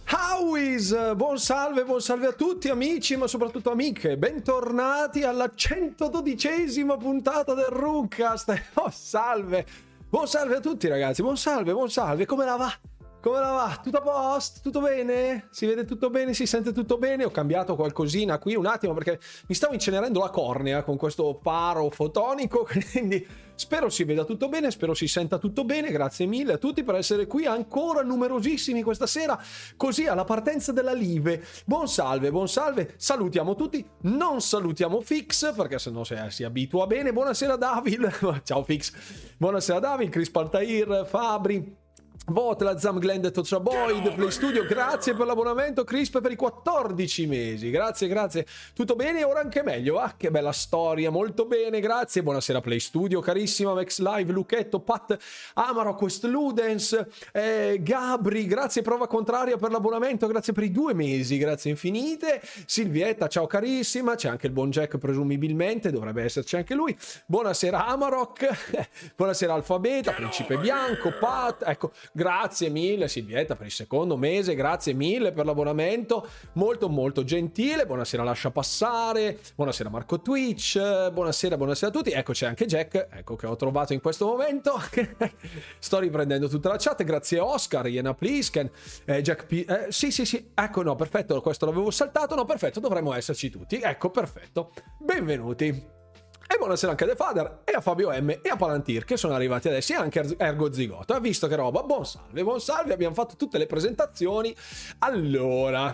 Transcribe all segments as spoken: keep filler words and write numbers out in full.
Howies, buon salve, buon salve a tutti amici, ma soprattutto amiche, bentornati alla centododicesima puntata del Rooncast. Oh, salve, buon salve a tutti ragazzi, buon salve, buon salve, come la va? Come la va? Tutto a posto? Tutto bene? Si vede tutto bene? Si sente tutto bene? Ho cambiato qualcosina qui un attimo perché mi stavo incenerendo la cornea con questo paro fotonico, quindi spero si veda tutto bene, spero si senta tutto bene. Grazie mille a tutti per essere qui ancora numerosissimi questa sera, così alla partenza della live. Buon salve, buon salve, salutiamo tutti, non salutiamo Fix perché sennò si, si abitua bene. Buonasera Davil, ciao Fix, buonasera Davil, Chris Paltair, Fabri, Vote, la Zam Glend, Toccia Boy, The Play Studio, grazie per l'abbonamento, Crisp per i quattordici mesi, grazie, grazie, tutto bene, ora anche meglio, ah che bella storia, molto bene, grazie, buonasera Play Studio, carissima, Max Live, Lucchetto, Pat, Amarok, Quest Ludens, eh, Gabri, grazie, Prova Contraria per l'abbonamento, grazie per i due mesi, grazie infinite, Silvietta, ciao carissima, c'è anche il buon Jack presumibilmente, dovrebbe esserci anche lui, buonasera Amarok, buonasera Alfabeta, Principe Bianco, Pat, ecco, grazie mille Silvietta per il secondo mese, grazie mille per l'abbonamento, molto molto gentile, buonasera lascia passare, buonasera Marco Twitch, buonasera buonasera a tutti, ecco c'è anche Jack, ecco che ho trovato in questo momento, sto riprendendo tutta la chat, grazie Oscar, Iena Plisken, eh, Jack P, eh, sì sì sì, ecco no perfetto, questo l'avevo saltato, no perfetto, dovremmo esserci tutti, ecco perfetto, benvenuti. E buonasera anche a The Father, e a Fabio M, e a Palantir, che sono arrivati adesso, e anche Ergo Zigoto. Ha visto che roba? Buon salve, buon salve, abbiamo fatto tutte le presentazioni. Allora,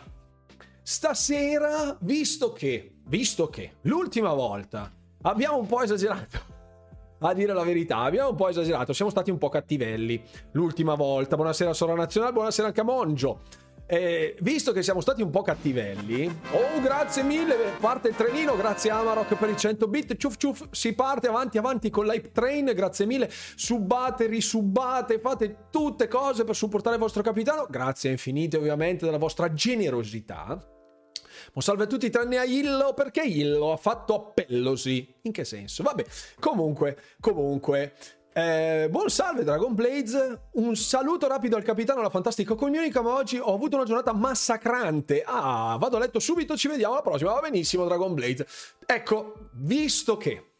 stasera, visto che, visto che, l'ultima volta abbiamo un po' esagerato, a dire la verità, abbiamo un po' esagerato, siamo stati un po' cattivelli l'ultima volta. Buonasera Sora Nazionale, buonasera anche a Mongio. Eh, visto che siamo stati un po' cattivelli, oh grazie mille, parte il trenino, grazie Amarok per i cento bit, ciuf ciuf, si parte avanti avanti con l'hype train, grazie mille, subbate, risubbate, fate tutte cose per supportare il vostro capitano, grazie infinite ovviamente della vostra generosità. Buon salve a tutti tranne a Illo, perché Illo ha fatto appello, sì, in che senso? Vabbè, comunque, comunque... Eh, buon salve Dragon Blades, un saluto rapido al capitano alla fantastica community, ma oggi ho avuto una giornata massacrante. Ah, vado a letto subito, ci vediamo alla prossima. Va benissimo Dragon Blades. Ecco, visto che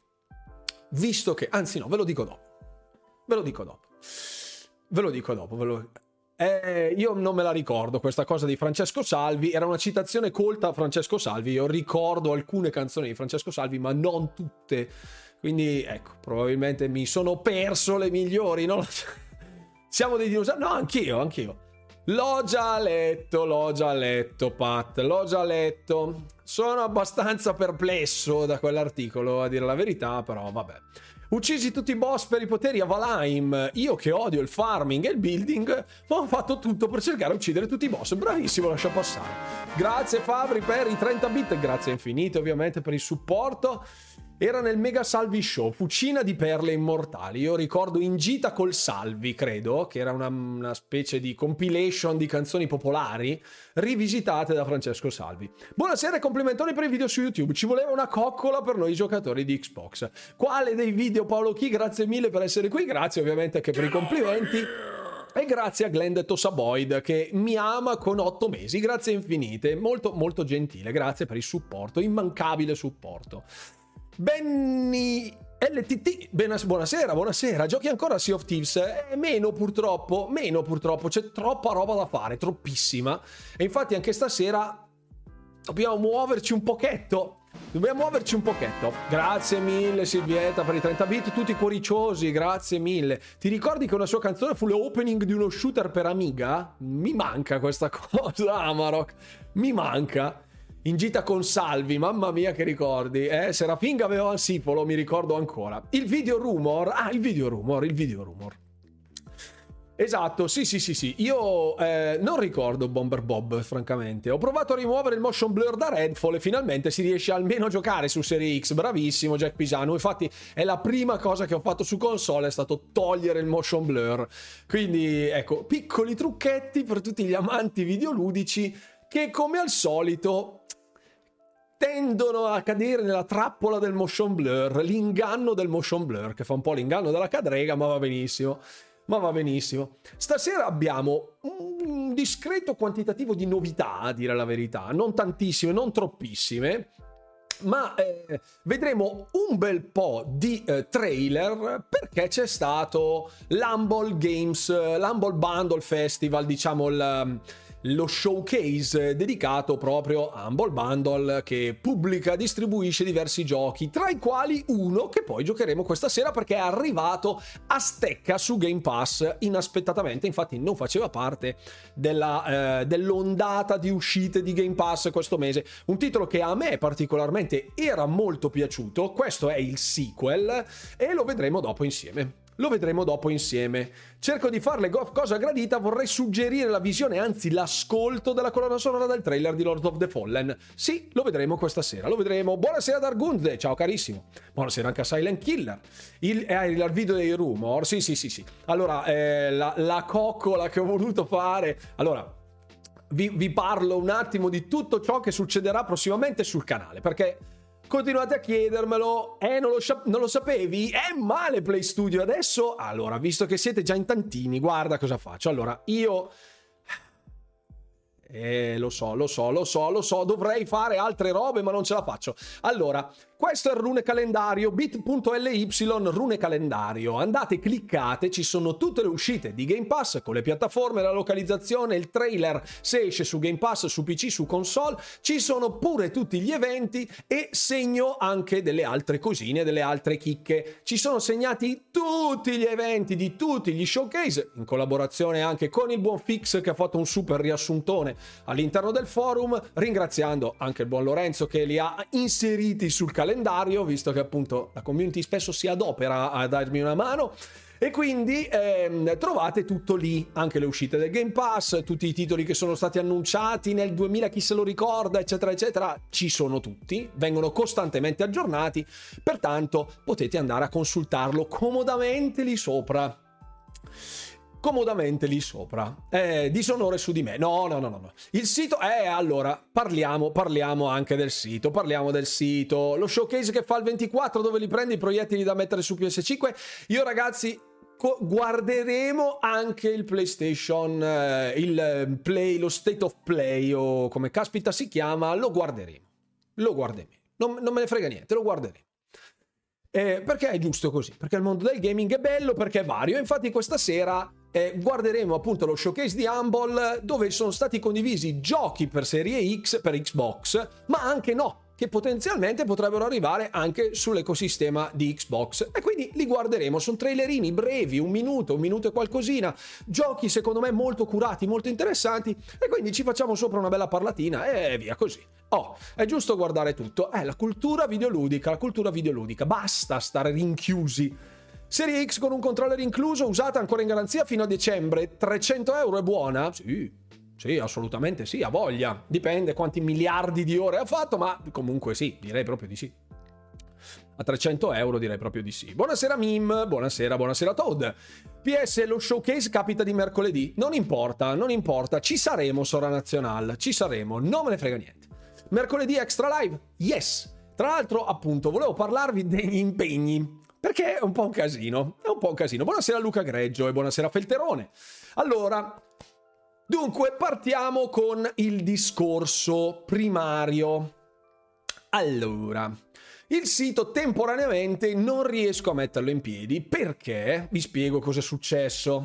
visto che, anzi no, ve lo dico dopo. Ve lo dico dopo. Ve lo dico dopo, ve lo Eh, io non me la ricordo questa cosa di Francesco Salvi, era una citazione colta a Francesco Salvi, io ricordo alcune canzoni di Francesco Salvi ma non tutte, quindi ecco, probabilmente mi sono perso le migliori, no? Siamo dei dinosauri, no, anch'io, anch'io. L'ho già letto, l'ho già letto Pat, l'ho già letto, sono abbastanza perplesso da quell'articolo a dire la verità, però vabbè. Uccisi tutti i boss per i poteri a Valheim. Io che odio il farming e il building, ma ho fatto tutto per cercare di uccidere tutti i boss. Bravissimo, lascia passare. Grazie Fabri per i trenta bit, grazie infinite ovviamente per il supporto. Era nel Mega Salvi Show, Fucina di perle immortali. Io ricordo In gita col Salvi, credo, che era una, una specie di compilation di canzoni popolari rivisitate da Francesco Salvi. Buonasera e complimentoni per i video su YouTube. Ci voleva una coccola per noi giocatori di Xbox. Quale dei video Paolo Chi? Grazie mille per essere qui. Grazie ovviamente anche per i complimenti. E grazie a Glend Tossaboyd che mi ama con otto mesi. Grazie infinite. Molto molto gentile. Grazie per il supporto, immancabile supporto. Benny L T T, buonasera, buonasera. Giochi ancora a Sea of Thieves? Eh, meno purtroppo, meno purtroppo, c'è troppa roba da fare, troppissima. E infatti anche stasera dobbiamo muoverci un pochetto. Dobbiamo muoverci un pochetto. Grazie mille Silvietta per i trenta bit, tutti cuoriciosi, grazie mille. Ti ricordi che una sua canzone fu l'opening di uno shooter per Amiga? Mi manca questa cosa, Amarok, mi manca. In gita con Salvi, mamma mia che ricordi, eh? Serafin aveva un sipolo, mi ricordo ancora. Il video rumor, ah il video rumor, il video rumor. Esatto, sì sì sì sì, io eh, non ricordo Bomber Bob francamente, ho provato a rimuovere il motion blur da Redfall e finalmente si riesce almeno a giocare su Serie X, bravissimo Jack Pisano, infatti è la prima cosa che ho fatto su console, è stato togliere il motion blur, quindi ecco, piccoli trucchetti per tutti gli amanti videoludici che come al solito tendono a cadere nella trappola del motion blur, l'inganno del motion blur, che fa un po' l'inganno della cadrega, ma va benissimo. Ma va benissimo. Stasera abbiamo un discreto quantitativo di novità, a dire la verità, non tantissime, non troppissime, ma eh, vedremo un bel po' di eh, trailer, perché c'è stato l'Humble Games, l'Humble Bundle Festival, diciamo il, lo showcase dedicato proprio a Humble Bundle, che pubblica, distribuisce diversi giochi, tra i quali uno che poi giocheremo questa sera perché è arrivato a stecca su Game Pass inaspettatamente. Infatti non faceva parte della, eh, dell'ondata di uscite di Game Pass questo mese. Un titolo che a me particolarmente era molto piaciuto. Questo è il sequel e lo vedremo dopo insieme. Lo vedremo dopo insieme. Cerco di farle go- cosa gradita, vorrei suggerire la visione, anzi l'ascolto della colonna sonora del trailer di Lord of the Fallen. Sì, lo vedremo questa sera, lo vedremo. Buonasera Dargunde, ciao carissimo. Buonasera anche a Silent Killer. Il, eh, il video dei rumor, sì sì sì sì. Allora, eh, la, la coccola che ho voluto fare... Allora, vi, vi parlo un attimo di tutto ciò che succederà prossimamente sul canale, perché... continuate a chiedermelo, eh non lo, non lo sapevi? È male Play Studio adesso? Allora, visto che siete già in tantini, guarda cosa faccio. Allora, io... Eh, lo so, lo so, lo so, lo so, dovrei fare altre robe ma non ce la faccio. Allora, questo è il rune calendario, bit.ly rune calendario. Andate, cliccate, ci sono tutte le uscite di Game Pass con le piattaforme, la localizzazione, il trailer se esce su Game Pass, su P C, su console. Ci sono pure tutti gli eventi e segno anche delle altre cosine, delle altre chicche. Ci sono segnati tutti gli eventi di tutti gli showcase, in collaborazione anche con il buon Fix che ha fatto un super riassuntone all'interno del forum, ringraziando anche il buon Lorenzo che li ha inseriti sul calendario, visto che appunto la community spesso si adopera a darmi una mano. E quindi ehm, trovate tutto lì, anche le uscite del Game Pass, tutti i titoli che sono stati annunciati nel duemila, chi se lo ricorda, eccetera eccetera, ci sono tutti, vengono costantemente aggiornati, pertanto potete andare a consultarlo comodamente lì sopra. Comodamente lì sopra. Eh, disonore su di me. No, no, no, no, no. Il sito è, allora, parliamo, parliamo anche del sito, parliamo del sito. Lo showcase che fa il ventiquattro, dove li prendi i proiettili da mettere su P S cinque. Io, ragazzi, co- guarderemo anche il PlayStation, eh, il Play, lo State of Play, o come caspita si chiama, lo guarderemo. Lo guarderemo. Non, non me ne frega niente, lo guarderemo. Eh, perché è giusto così, perché il mondo del gaming è bello, perché è vario. Infatti questa sera eh, guarderemo appunto lo showcase di Humble, dove sono stati condivisi giochi per serie X, per Xbox, ma anche no, che potenzialmente potrebbero arrivare anche sull'ecosistema di Xbox, e quindi li guarderemo. Sono trailerini brevi, un minuto, un minuto e qualcosina, giochi secondo me molto curati, molto interessanti, e quindi ci facciamo sopra una bella parlatina e via così. Oh, è giusto guardare tutto, è la cultura videoludica, la cultura videoludica, basta stare rinchiusi. Serie X con un controller incluso, usata ancora in garanzia fino a dicembre, trecento euro è buona? Sì, sì, assolutamente sì, ha voglia, dipende quanti miliardi di ore ha fatto, ma comunque sì, direi proprio di sì. A trecento euro direi proprio di sì. Buonasera Mim, buonasera, buonasera Toad. P S, lo showcase capita di mercoledì, non importa, non importa, ci saremo Sora Nazional, ci saremo, non me ne frega niente. Mercoledì extra live? Yes! Tra l'altro, appunto, volevo parlarvi degli impegni, perché è un po' un casino, è un po' un casino. Buonasera Luca Greggio e buonasera Felterone. Allora, dunque, partiamo con il discorso primario. Allora, il sito temporaneamente non riesco a metterlo in piedi, perché vi spiego cosa è successo.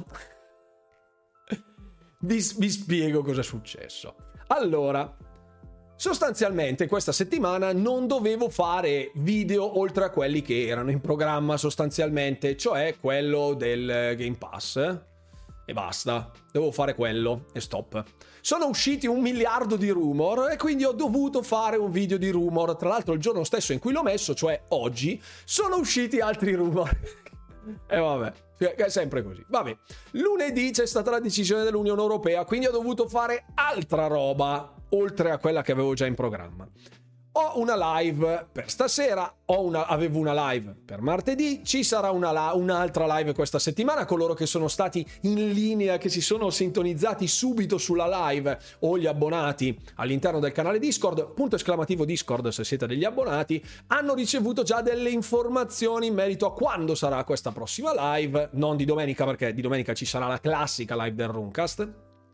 vi, vi spiego cosa è successo. Allora... sostanzialmente questa settimana non dovevo fare video oltre a quelli che erano in programma sostanzialmente, cioè quello del Game Pass, e basta, devo fare quello e stop. Sono usciti un miliardo di rumor e quindi ho dovuto fare un video di rumor. Tra l'altro il giorno stesso in cui l'ho messo, cioè oggi, sono usciti altri rumor. E vabbè, è sempre così. Vabbè, lunedì c'è stata la decisione dell'Unione Europea, quindi ho dovuto fare altra roba oltre a quella che avevo già in programma. Ho una live per stasera, ho una, avevo una live per martedì, ci sarà una, un'altra live questa settimana. Coloro che sono stati in linea, che si sono sintonizzati subito sulla live, o gli abbonati all'interno del canale Discord, punto esclamativo Discord se siete degli abbonati, hanno ricevuto già delle informazioni in merito a quando sarà questa prossima live, non di domenica perché di domenica ci sarà la classica live del Runcast.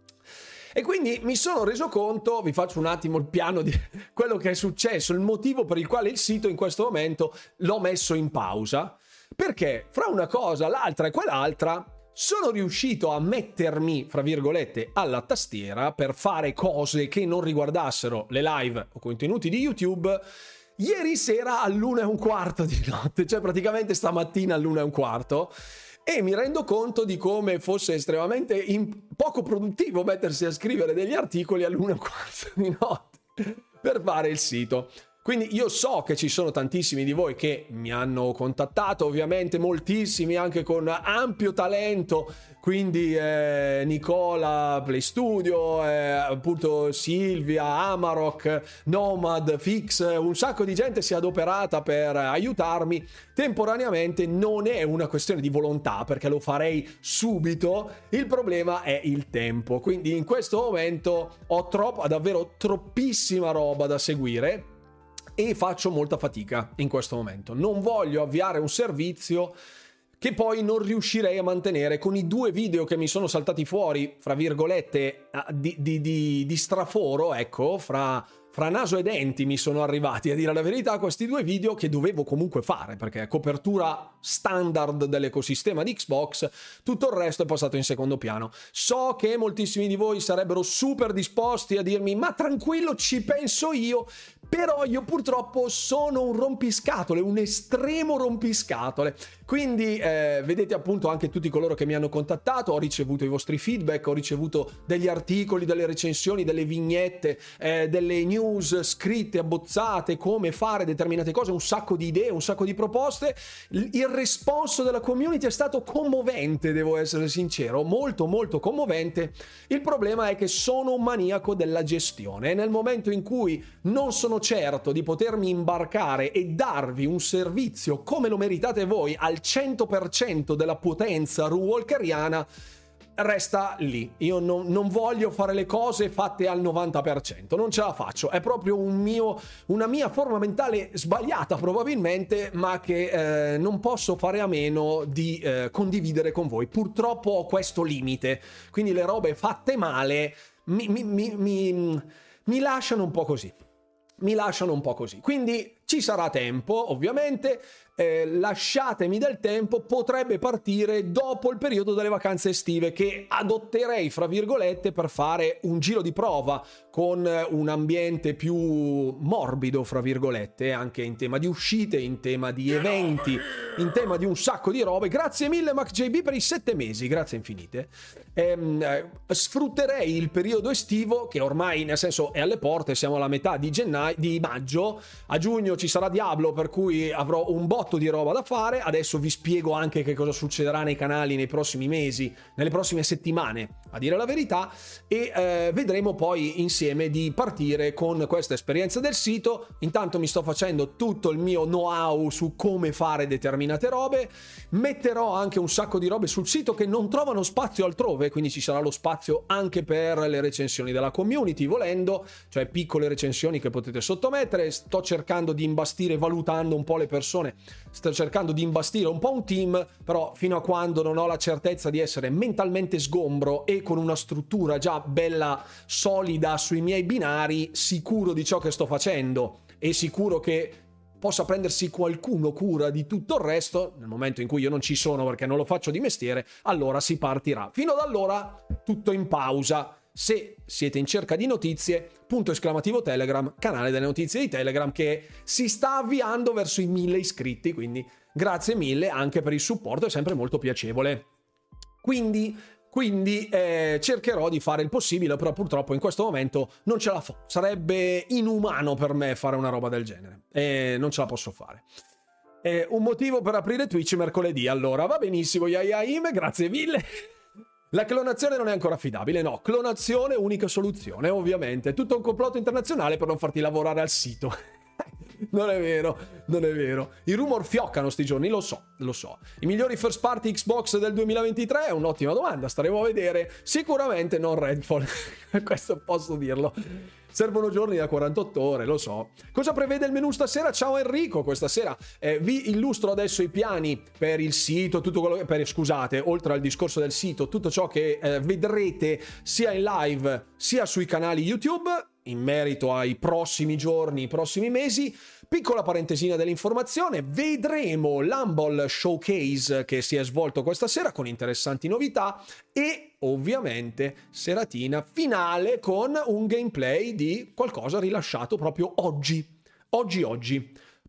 E quindi mi sono reso conto, vi faccio un attimo il piano di quello che è successo, il motivo per il quale il sito in questo momento l'ho messo in pausa, perché fra una cosa, l'altra e quell'altra sono riuscito a mettermi, fra virgolette, alla tastiera per fare cose che non riguardassero le live o contenuti di YouTube ieri sera all'una e un quarto di notte, cioè praticamente stamattina all'una e un quarto. E mi rendo conto di come fosse estremamente in... poco produttivo mettersi a scrivere degli articoli all'una e un quarto di notte per fare il sito. Quindi io so che ci sono tantissimi di voi che mi hanno contattato, ovviamente moltissimi anche con ampio talento, quindi eh, Nicola, Play Studio, eh, appunto Silvia, Amarok, Nomad, Fix, un sacco di gente si è adoperata per aiutarmi temporaneamente. Non è una questione di volontà perché lo farei subito, il problema è il tempo. Quindi in questo momento ho troppo, davvero troppissima roba da seguire e faccio molta fatica in questo momento. Non voglio avviare un servizio che poi non riuscirei a mantenere con i due video che mi sono saltati fuori, fra virgolette, di, di, di, di straforo, ecco, fra... Fra naso e denti mi sono arrivati, a dire la verità, questi due video che dovevo comunque fare, perché copertura standard dell'ecosistema di Xbox, tutto il resto è passato in secondo piano. So che moltissimi di voi sarebbero super disposti a dirmi ma tranquillo, ci penso io, però io purtroppo sono un rompiscatole, un estremo rompiscatole. Quindi eh, vedete appunto anche tutti coloro che mi hanno contattato, ho ricevuto i vostri feedback, ho ricevuto degli articoli, delle recensioni, delle vignette, eh, delle news scritte, abbozzate, come fare determinate cose, un sacco di idee, un sacco di proposte. Il responso della community è stato commovente, devo essere sincero, molto molto commovente. Il problema è che sono un maniaco della gestione e nel momento in cui non sono certo di potermi imbarcare e darvi un servizio come lo meritate voi al cento per cento della potenza ruwalkeriana, resta lì. Io non, non voglio fare le cose fatte al novanta per cento, non ce la faccio, è proprio un mio, una mia forma mentale sbagliata probabilmente, ma che eh, non posso fare a meno di eh, condividere con voi. Purtroppo ho questo limite, quindi le robe fatte male mi, mi, mi, mi, mi lasciano un po' così. Mi lasciano un po' così. Quindi ci sarà tempo, ovviamente. Eh, lasciatemi del tempo, potrebbe partire dopo il periodo delle vacanze estive, che adotterei fra virgolette per fare un giro di prova con un ambiente più morbido fra virgolette, anche in tema di uscite, in tema di eventi, in tema di un sacco di robe. Grazie mille MacJB per i sette mesi, grazie infinite. Ehm, eh, sfrutterei il periodo estivo che ormai nel senso è alle porte, siamo alla metà di gennaio, di maggio, a giugno ci sarà Diablo, per cui avrò un botto di roba da fare. Adesso vi spiego anche che cosa succederà nei canali nei prossimi mesi, nelle prossime settimane, a dire la verità, e eh, vedremo poi insieme di partire con questa esperienza del sito. Intanto mi sto facendo tutto il mio know-how su come fare determinate robe, metterò anche un sacco di robe sul sito che non trovano spazio altrove, quindi ci sarà lo spazio anche per le recensioni della community, volendo, cioè piccole recensioni che potete sottomettere. Sto cercando di imbastire, valutando un po' le persone, sto cercando di imbastire un po' un team, però fino a quando non ho la certezza di essere mentalmente sgombro e con una struttura già bella solida sui miei binari, sicuro di ciò che sto facendo e sicuro che possa prendersi qualcuno cura di tutto il resto, nel momento in cui io non ci sono perché non lo faccio di mestiere, allora si partirà. Fino ad allora tutto in pausa. Se siete in cerca di notizie, punto esclamativo Telegram, canale delle notizie di Telegram che si sta avviando verso i mille iscritti, quindi grazie mille anche per il supporto, è sempre molto piacevole. Quindi, quindi eh, cercherò di fare il possibile, però purtroppo in questo momento non ce la fa. Sarebbe inumano per me fare una roba del genere e non ce la posso fare. Eh, un motivo per aprire Twitch mercoledì, allora va benissimo, Yayaim, grazie mille. La clonazione non è ancora affidabile, no, clonazione unica soluzione, ovviamente. È tutto un complotto internazionale per non farti lavorare al sito. Non è vero, non è vero. I rumor fioccano sti giorni, lo so, lo so. I migliori first party Xbox del duemilaventitré è un'ottima domanda, staremo a vedere. Sicuramente non Redfall, questo posso dirlo. Servono giorni da quarantotto ore, lo so. Cosa prevede il menù stasera? Ciao Enrico, questa sera eh, vi illustro adesso i piani per il sito, tutto quello che... Per, scusate, oltre al discorso del sito, tutto ciò che eh, vedrete sia in live sia sui canali YouTube in merito ai prossimi giorni, i prossimi mesi. Piccola parentesina dell'informazione, vedremo l'Humble Showcase che si è svolto questa sera con interessanti novità e ovviamente seratina finale con un gameplay di qualcosa rilasciato proprio oggi. Oggi oggi.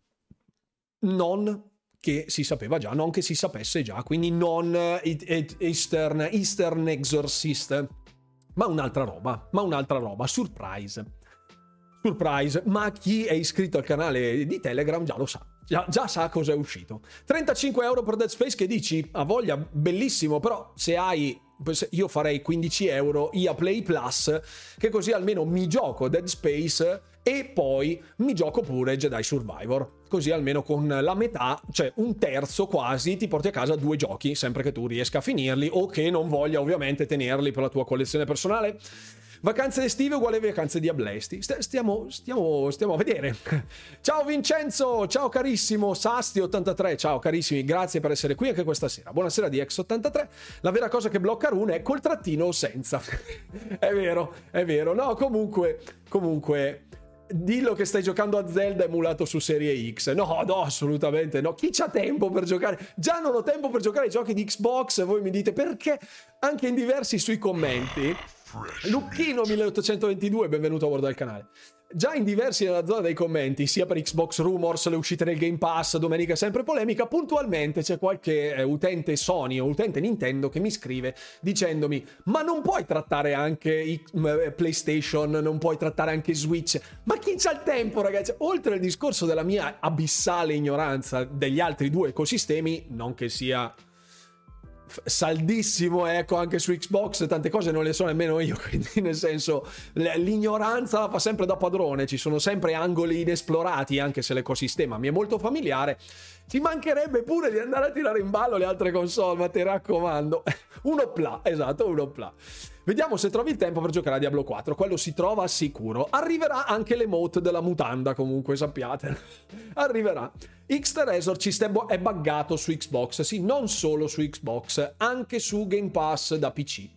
Non che si sapeva già, non che si sapesse già, quindi non Eastern, Eastern Exorcist, ma un'altra roba, ma un'altra roba, surprise. Surprise, ma chi è iscritto al canale di Telegram già lo sa, già, già sa cosa è uscito. trentacinque euro per Dead Space, che dici, a voglia, bellissimo, però se hai, io farei quindici euro I A Play Plus, che così almeno mi gioco Dead Space e poi mi gioco pure Jedi Survivor, così almeno con la metà, cioè un terzo quasi, ti porti a casa due giochi, sempre che tu riesca a finirli o che non voglia ovviamente tenerli per la tua collezione personale. Vacanze estive uguale vacanze di Ablesti. Stiamo, stiamo, stiamo a vedere. Ciao Vincenzo, ciao carissimo. Sasti ottantatré, ciao carissimi, grazie per essere qui anche questa sera. Buonasera di X ottantatré. La vera cosa che blocca Rune è col trattino o senza. È vero, è vero. No, comunque, comunque... dillo che stai giocando a Zelda emulato su Serie X. No, no, assolutamente no. Chi c'ha tempo per giocare? Già non ho tempo per giocare ai giochi di Xbox. Voi mi dite perché? Anche in diversi sui commenti. Lucchino milleottocentoventidue, benvenuto a bordo del canale. Già in diversi nella zona dei commenti, sia per Xbox Rumors, le uscite del Game Pass, domenica è sempre polemica, puntualmente c'è qualche eh, utente Sony o utente Nintendo che mi scrive dicendomi: ma non puoi trattare anche i, eh, PlayStation, non puoi trattare anche Switch? Ma chi c'ha il tempo, ragazzi? Oltre al discorso della mia abissale ignoranza degli altri due ecosistemi, non che sia saldissimo, ecco, anche su Xbox tante cose non le so nemmeno io, quindi nel senso l'ignoranza la fa sempre da padrone, ci sono sempre angoli inesplorati, anche se l'ecosistema mi è molto familiare. Ci mancherebbe pure di andare a tirare in ballo le altre console, ma ti raccomando. Uno pla, esatto, uno pla. Vediamo se trovi il tempo per giocare a Diablo quattro, quello si trova sicuro. Arriverà anche l'emote della mutanda, comunque sappiate. Arriverà. X-The Resorcist è buggato su Xbox, sì, non solo su Xbox, anche su Game Pass da P C.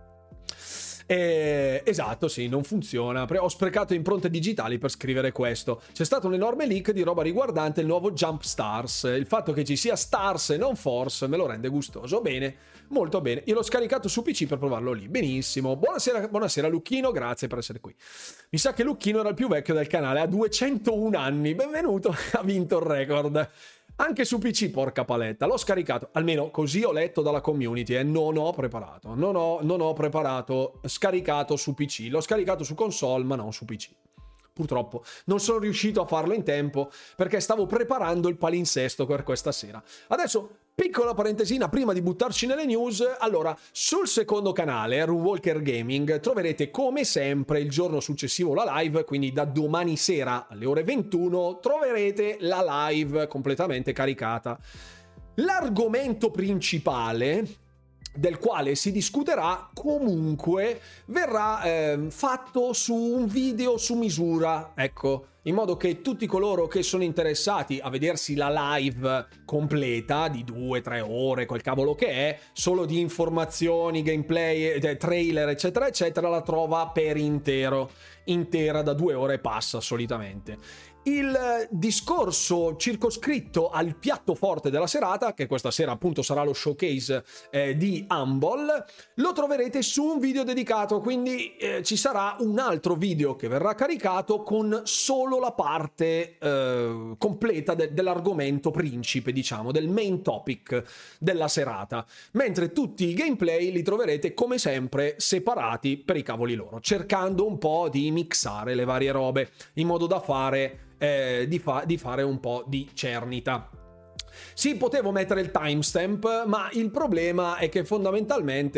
Eh, esatto, sì, non funziona. Ho sprecato impronte digitali per scrivere questo. C'è stato un enorme leak di roba riguardante il nuovo Jump Stars. Il fatto che ci sia Stars e non Force me lo rende gustoso. Bene, molto bene. Io l'ho scaricato su P C per provarlo lì. Benissimo. Buonasera, buonasera Lucchino, grazie per essere qui. Mi sa che Lucchino era il più vecchio del canale, ha duecentouno anni. Benvenuto, ha vinto il record. Anche su P C, porca paletta, l'ho scaricato, almeno così ho letto dalla community, e eh. non ho preparato, non ho, non ho preparato, scaricato su P C, l'ho scaricato su console ma non su P C. Purtroppo non sono riuscito a farlo in tempo perché stavo preparando il palinsesto per questa sera. Adesso, piccola parentesina prima di buttarci nelle news. Allora, sul secondo canale, Runewalker Gaming, troverete come sempre il giorno successivo la live, quindi da domani sera alle ore ventuno troverete la live completamente caricata. L'argomento principale, del quale si discuterà, comunque verrà eh, fatto su un video su misura, ecco, in modo che tutti coloro che sono interessati a vedersi la live completa di due tre ore, quel cavolo che è, solo di informazioni, gameplay, trailer eccetera eccetera, la trova per intero, intera da due ore passa solitamente. Il discorso circoscritto al piatto forte della serata, che questa sera appunto sarà lo showcase eh, di Humble, lo troverete su un video dedicato, quindi eh, ci sarà un altro video che verrà caricato con solo la parte eh, completa de- dell'argomento principe, diciamo, del main topic della serata, mentre tutti i gameplay li troverete come sempre separati per i cavoli loro, cercando un po' di mixare le varie robe in modo da fare Eh, di, fa- di fare un po' di cernita. Sì, potevo mettere il timestamp, ma il problema è che fondamentalmente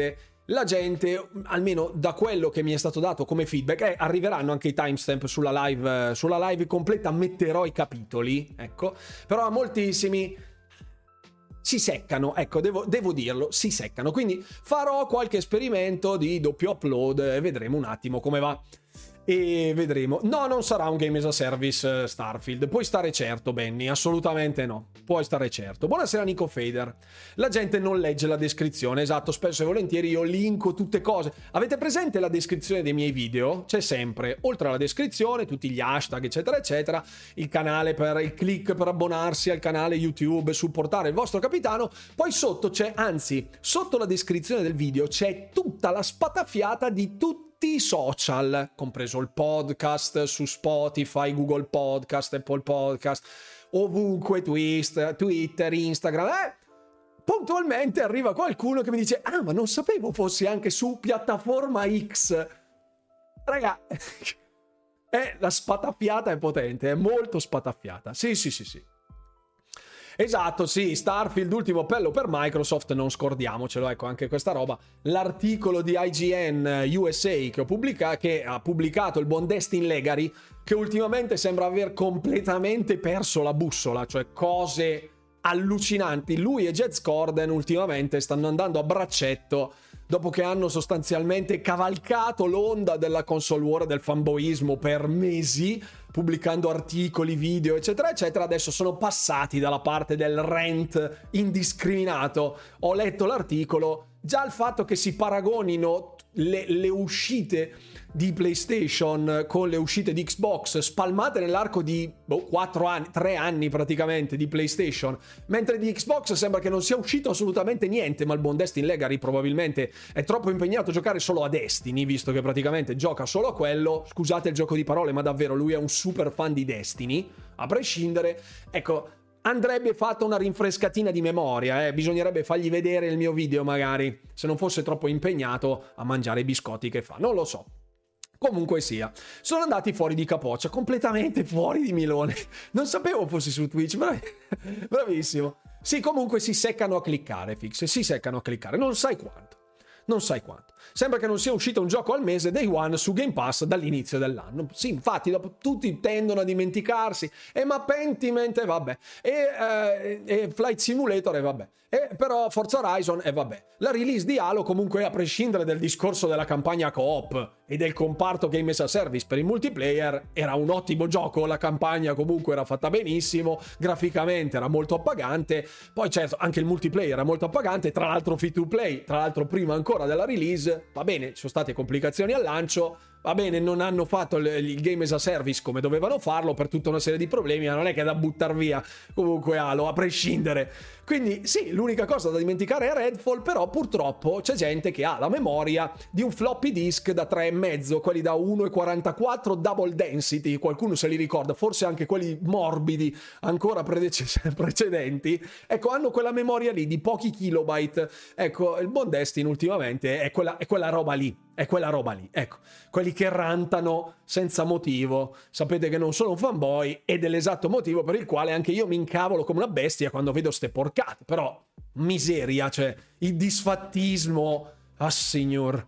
la gente, almeno da quello che mi è stato dato come feedback, eh, arriveranno anche i timestamp sulla live, eh, sulla live completa, metterò i capitoli, ecco, però moltissimi si seccano, ecco, devo, devo dirlo, si seccano, quindi farò qualche esperimento di doppio upload e vedremo un attimo come va. E vedremo. No, non sarà un game as a service uh, Starfield. Puoi stare certo, Benny. Assolutamente no. Puoi stare certo. Buonasera, Nico Fader. La gente non legge la descrizione. Esatto, spesso e volentieri io linko tutte cose. Avete presente la descrizione dei miei video? C'è sempre, oltre alla descrizione, tutti gli hashtag, eccetera, eccetera, il canale per il click per abbonarsi al canale YouTube, supportare il vostro capitano. Poi sotto c'è, anzi, sotto la descrizione del video c'è tutta la spatafiata di tutti i social, compreso il podcast su Spotify, Google Podcast, Apple Podcast, ovunque, Twist, Twitter, Instagram. Eh? Puntualmente arriva qualcuno che mi dice: ah, ma non sapevo fossi anche su piattaforma X. Raga, eh, la spatafiata è potente, è molto spatafiata. Sì, sì, sì, sì. Esatto, sì, Starfield, ultimo appello per Microsoft, non scordiamocelo, ecco, anche questa roba. L'articolo di I G N U S A che, ho pubblica- che ha pubblicato il buon Destin Legary, che ultimamente sembra aver completamente perso la bussola, cioè cose allucinanti. Lui e Jez Corden ultimamente stanno andando a braccetto, dopo che hanno sostanzialmente cavalcato l'onda della console war, del fanboismo per mesi, pubblicando articoli, video, eccetera, eccetera. Adesso sono passati dalla parte del rant indiscriminato. Ho letto l'articolo, già il fatto che si paragonino le, le uscite di PlayStation con le uscite di Xbox spalmate nell'arco di boh, quattro anni, tre anni praticamente di PlayStation, mentre di Xbox sembra che non sia uscito assolutamente niente, ma il buon Destin Legary probabilmente è troppo impegnato a giocare solo a Destiny, visto che praticamente gioca solo a quello. Scusate il gioco di parole, ma davvero lui è un super fan di Destiny, a prescindere. Ecco, andrebbe fatta una rinfrescatina di memoria, eh? Bisognerebbe fargli vedere il mio video magari, se non fosse troppo impegnato a mangiare i biscotti che fa, non lo so. Comunque sia, sono andati fuori di capoccia, completamente fuori di Milone. Non sapevo fossi su Twitch, brav- bravissimo. Sì, comunque si seccano a cliccare, Fix, si seccano a cliccare, non sai quanto. Non sai quanto. Sembra che non sia uscito un gioco al mese Day One su Game Pass dall'inizio dell'anno. Sì, infatti, dopo tutti tendono a dimenticarsi. E ma Pentiment, e vabbè. E, eh, e Flight Simulator, e vabbè. E però Forza Horizon, e vabbè. La release di Halo, comunque, a prescindere dal discorso della campagna co-op e del comparto Game as a Service per il multiplayer, era un ottimo gioco. La campagna comunque era fatta benissimo, graficamente era molto appagante. Poi certo, anche il multiplayer era molto appagante, tra l'altro free to play, tra l'altro prima ancora della release. Va bene, ci sono state complicazioni al lancio, va bene, non hanno fatto il, il Game as a Service come dovevano farlo per tutta una serie di problemi, ma non è che è da buttar via comunque Halo, a prescindere. Quindi sì, l'unica cosa da dimenticare è Redfall, però purtroppo c'è gente che ha la memoria di un floppy disk da tre e mezzo, quelli da uno virgola quarantaquattro double density, qualcuno se li ricorda, forse anche quelli morbidi ancora predece- precedenti, ecco, hanno quella memoria lì di pochi kilobyte. Ecco, il buon Destiny ultimamente è quella, è quella roba lì. È quella roba lì, ecco, quelli che rantano senza motivo. Sapete che non sono un fanboy ed è l'esatto motivo per il quale anche io mi incavolo come una bestia quando vedo ste porcate. Però, miseria, cioè, il disfattismo, ah signor.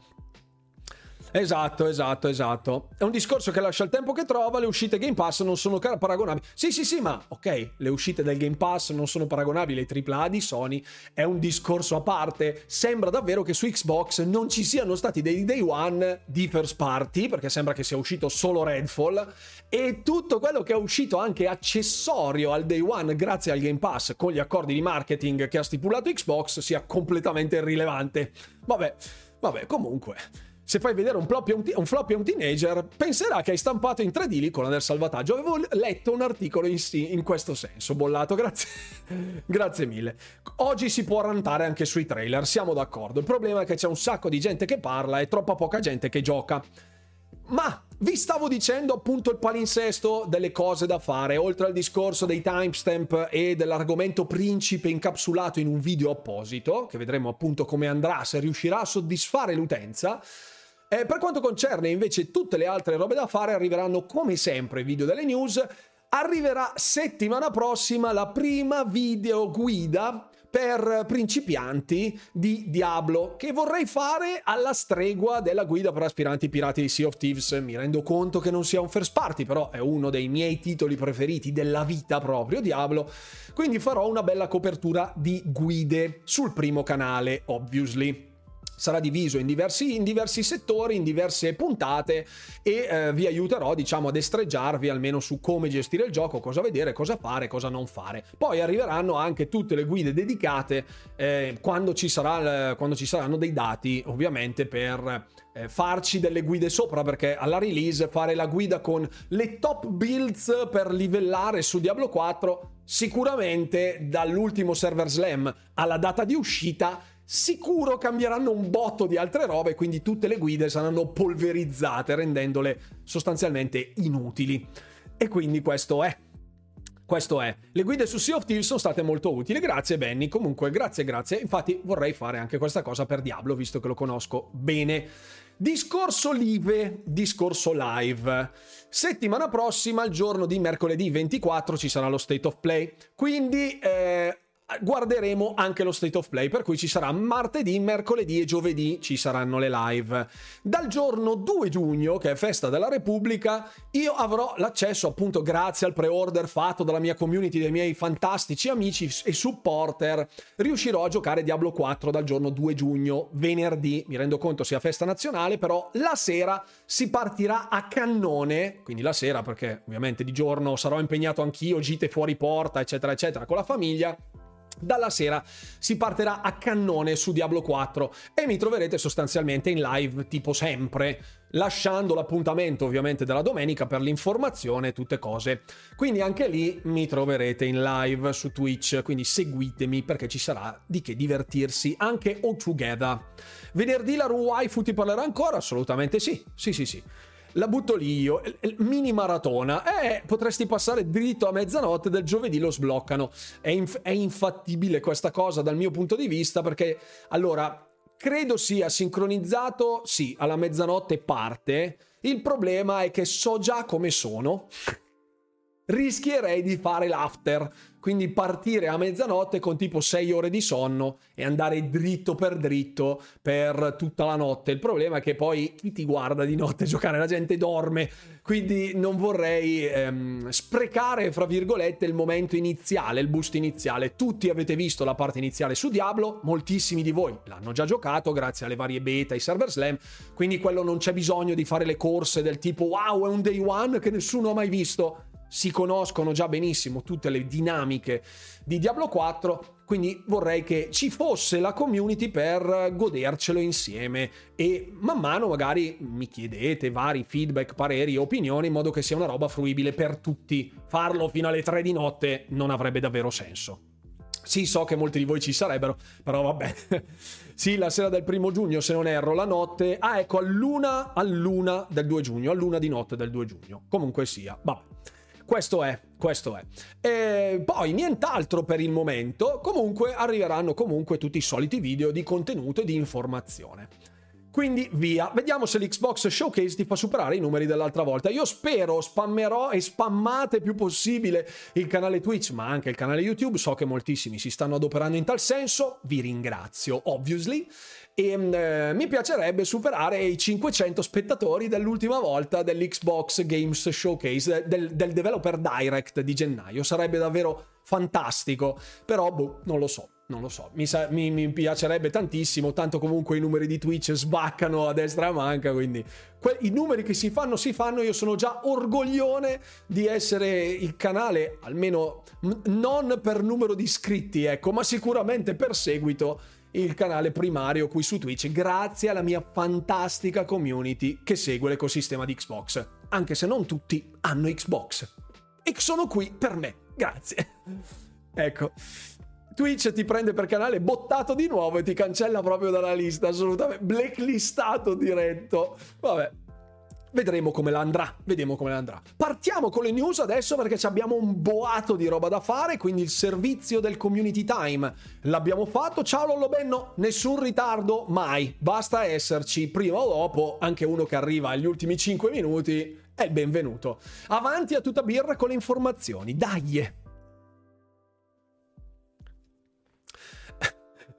Esatto, esatto, esatto. È un discorso che lascia il tempo che trova, le uscite Game Pass non sono paragonabili. Sì, sì, sì, ma ok, le uscite del Game Pass non sono paragonabili ai tripla A di Sony, è un discorso a parte. Sembra davvero che su Xbox non ci siano stati dei Day One di first party, perché sembra che sia uscito solo Redfall, e tutto quello che è uscito anche accessorio al Day One grazie al Game Pass con gli accordi di marketing che ha stipulato Xbox sia completamente irrilevante. Vabbè, vabbè, comunque... Se fai vedere un floppy a un, un, floppy a un teenager, penserà che hai stampato in tre D l'icona del salvataggio. Avevo letto un articolo in, in questo senso, bollato, grazie. Grazie mille. Oggi si può rantare anche sui trailer, siamo d'accordo. Il problema è che c'è un sacco di gente che parla e troppa poca gente che gioca. Ma vi stavo dicendo appunto il palinsesto delle cose da fare, oltre al discorso dei timestamp e dell'argomento principe incapsulato in un video apposito, che vedremo appunto come andrà, se riuscirà a soddisfare l'utenza. Eh, per quanto concerne invece tutte le altre robe da fare, arriveranno come sempre video delle news. Arriverà settimana prossima la prima video guida per principianti di Diablo, che vorrei fare alla stregua della guida per aspiranti pirati di Sea of Thieves. Mi rendo conto che non sia un first party, però è uno dei miei titoli preferiti della vita proprio, Diablo, quindi farò una bella copertura di guide sul primo canale, obviously. Sarà diviso in diversi, in diversi settori, in diverse puntate, e eh, vi aiuterò, diciamo, ad estreggiarvi almeno su come gestire il gioco, cosa vedere, cosa fare, cosa non fare. Poi arriveranno anche tutte le guide dedicate eh, quando ci sarà, quando ci saranno dei dati, ovviamente, per eh, farci delle guide sopra, perché alla release fare la guida con le top builds per livellare su Diablo quattro, sicuramente dall'ultimo server slam alla data di uscita sicuro cambieranno un botto di altre robe, quindi tutte le guide saranno polverizzate, rendendole sostanzialmente inutili. E quindi questo è. Questo è. Le guide su Sea of Thieves sono state molto utili. Grazie Benny. Comunque, grazie, grazie. Infatti vorrei fare anche questa cosa per Diablo, visto che lo conosco bene. Discorso live, discorso live. Settimana prossima, il giorno di mercoledì ventiquattro, ci sarà lo State of Play. Quindi... Eh, guarderemo anche lo State of Play, per cui ci sarà martedì, mercoledì e giovedì ci saranno le live. Dal giorno due giugno, che è festa della Repubblica, io avrò l'accesso, appunto grazie al pre-order fatto dalla mia community, dei miei fantastici amici e supporter, riuscirò a giocare Diablo quattro dal giorno due giugno, venerdì. Mi rendo conto sia festa nazionale, però la sera si partirà a cannone, quindi la sera, perché ovviamente di giorno sarò impegnato anch'io, gite fuori porta eccetera eccetera con la famiglia. Dalla sera si partirà a cannone su Diablo quattro e mi troverete sostanzialmente in live tipo sempre, lasciando l'appuntamento ovviamente della domenica per l'informazione e tutte cose. Quindi anche lì mi troverete in live su Twitch, quindi seguitemi perché ci sarà di che divertirsi anche all together. Venerdì la Waifu ti parlerà ancora? Assolutamente sì, sì sì sì. La butto lì io, mini maratona, eh, potresti passare dritto a mezzanotte del giovedì, lo sbloccano. È, inf- è infattibile questa cosa dal mio punto di vista, perché allora credo sia sincronizzato, sì, alla mezzanotte parte. Il problema è che so già come sono. Rischierei di fare l'after, quindi partire a mezzanotte con tipo sei ore di sonno e andare dritto per dritto per tutta la notte. Il problema è che poi chi ti guarda di notte giocare? La gente dorme, quindi non vorrei ehm, sprecare, fra virgolette, il momento iniziale, il boost iniziale. Tutti avete visto la parte iniziale su Diablo, moltissimi di voi l'hanno già giocato grazie alle varie beta, ai server slam, quindi quello non c'è bisogno di fare le corse del tipo wow, è un day one che nessuno ha mai visto. Si conoscono già benissimo tutte le dinamiche di Diablo quattro, quindi vorrei che ci fosse la community per godercelo insieme e man mano magari mi chiedete vari feedback, pareri, opinioni, in modo che sia una roba fruibile per tutti. Farlo fino alle tre di notte non avrebbe davvero senso. Sì, so che molti di voi ci sarebbero, però vabbè. Sì, la sera del primo giugno, se non erro, la notte... Ah, ecco, all'una, all'una del due giugno, all'una di notte del due giugno. Comunque sia, vabbè. Questo è, questo è. E poi nient'altro per il momento. Comunque arriveranno comunque tutti i soliti video di contenuto e di informazione. Quindi via. Vediamo se l'Xbox Showcase ti fa superare i numeri dell'altra volta. Io spero, spammerò e spammate più possibile il canale Twitch, ma anche il canale YouTube. So che moltissimi si stanno adoperando in tal senso. Vi ringrazio, obviously. E eh, mi piacerebbe superare i cinquecento spettatori dell'ultima volta dell'Xbox Games Showcase, del, del Developer Direct di gennaio. Sarebbe davvero fantastico, però boh, non lo so, non lo so. Mi, sa- mi, mi piacerebbe tantissimo, tanto comunque i numeri di Twitch sbaccano a destra e a manca, quindi que- i numeri che si fanno si fanno. Io sono già orgoglione di essere il canale, almeno m- non per numero di iscritti, ecco, ma sicuramente per seguito, il canale primario qui su Twitch, grazie alla mia fantastica community che segue l'ecosistema di Xbox, anche se non tutti hanno Xbox e sono qui per me, grazie. Ecco, Twitch ti prende per canale bottato di nuovo e ti cancella proprio dalla lista, assolutamente blacklistato diretto. Vabbè, vedremo come la andrà, vediamo come la andrà. Partiamo con le news adesso perché abbiamo un boato di roba da fare, quindi il servizio del community time l'abbiamo fatto. Ciao Lollobenno, nessun ritardo mai, basta esserci prima o dopo, anche uno che arriva agli ultimi cinque minuti è il benvenuto. Avanti a tutta birra con le informazioni, dai!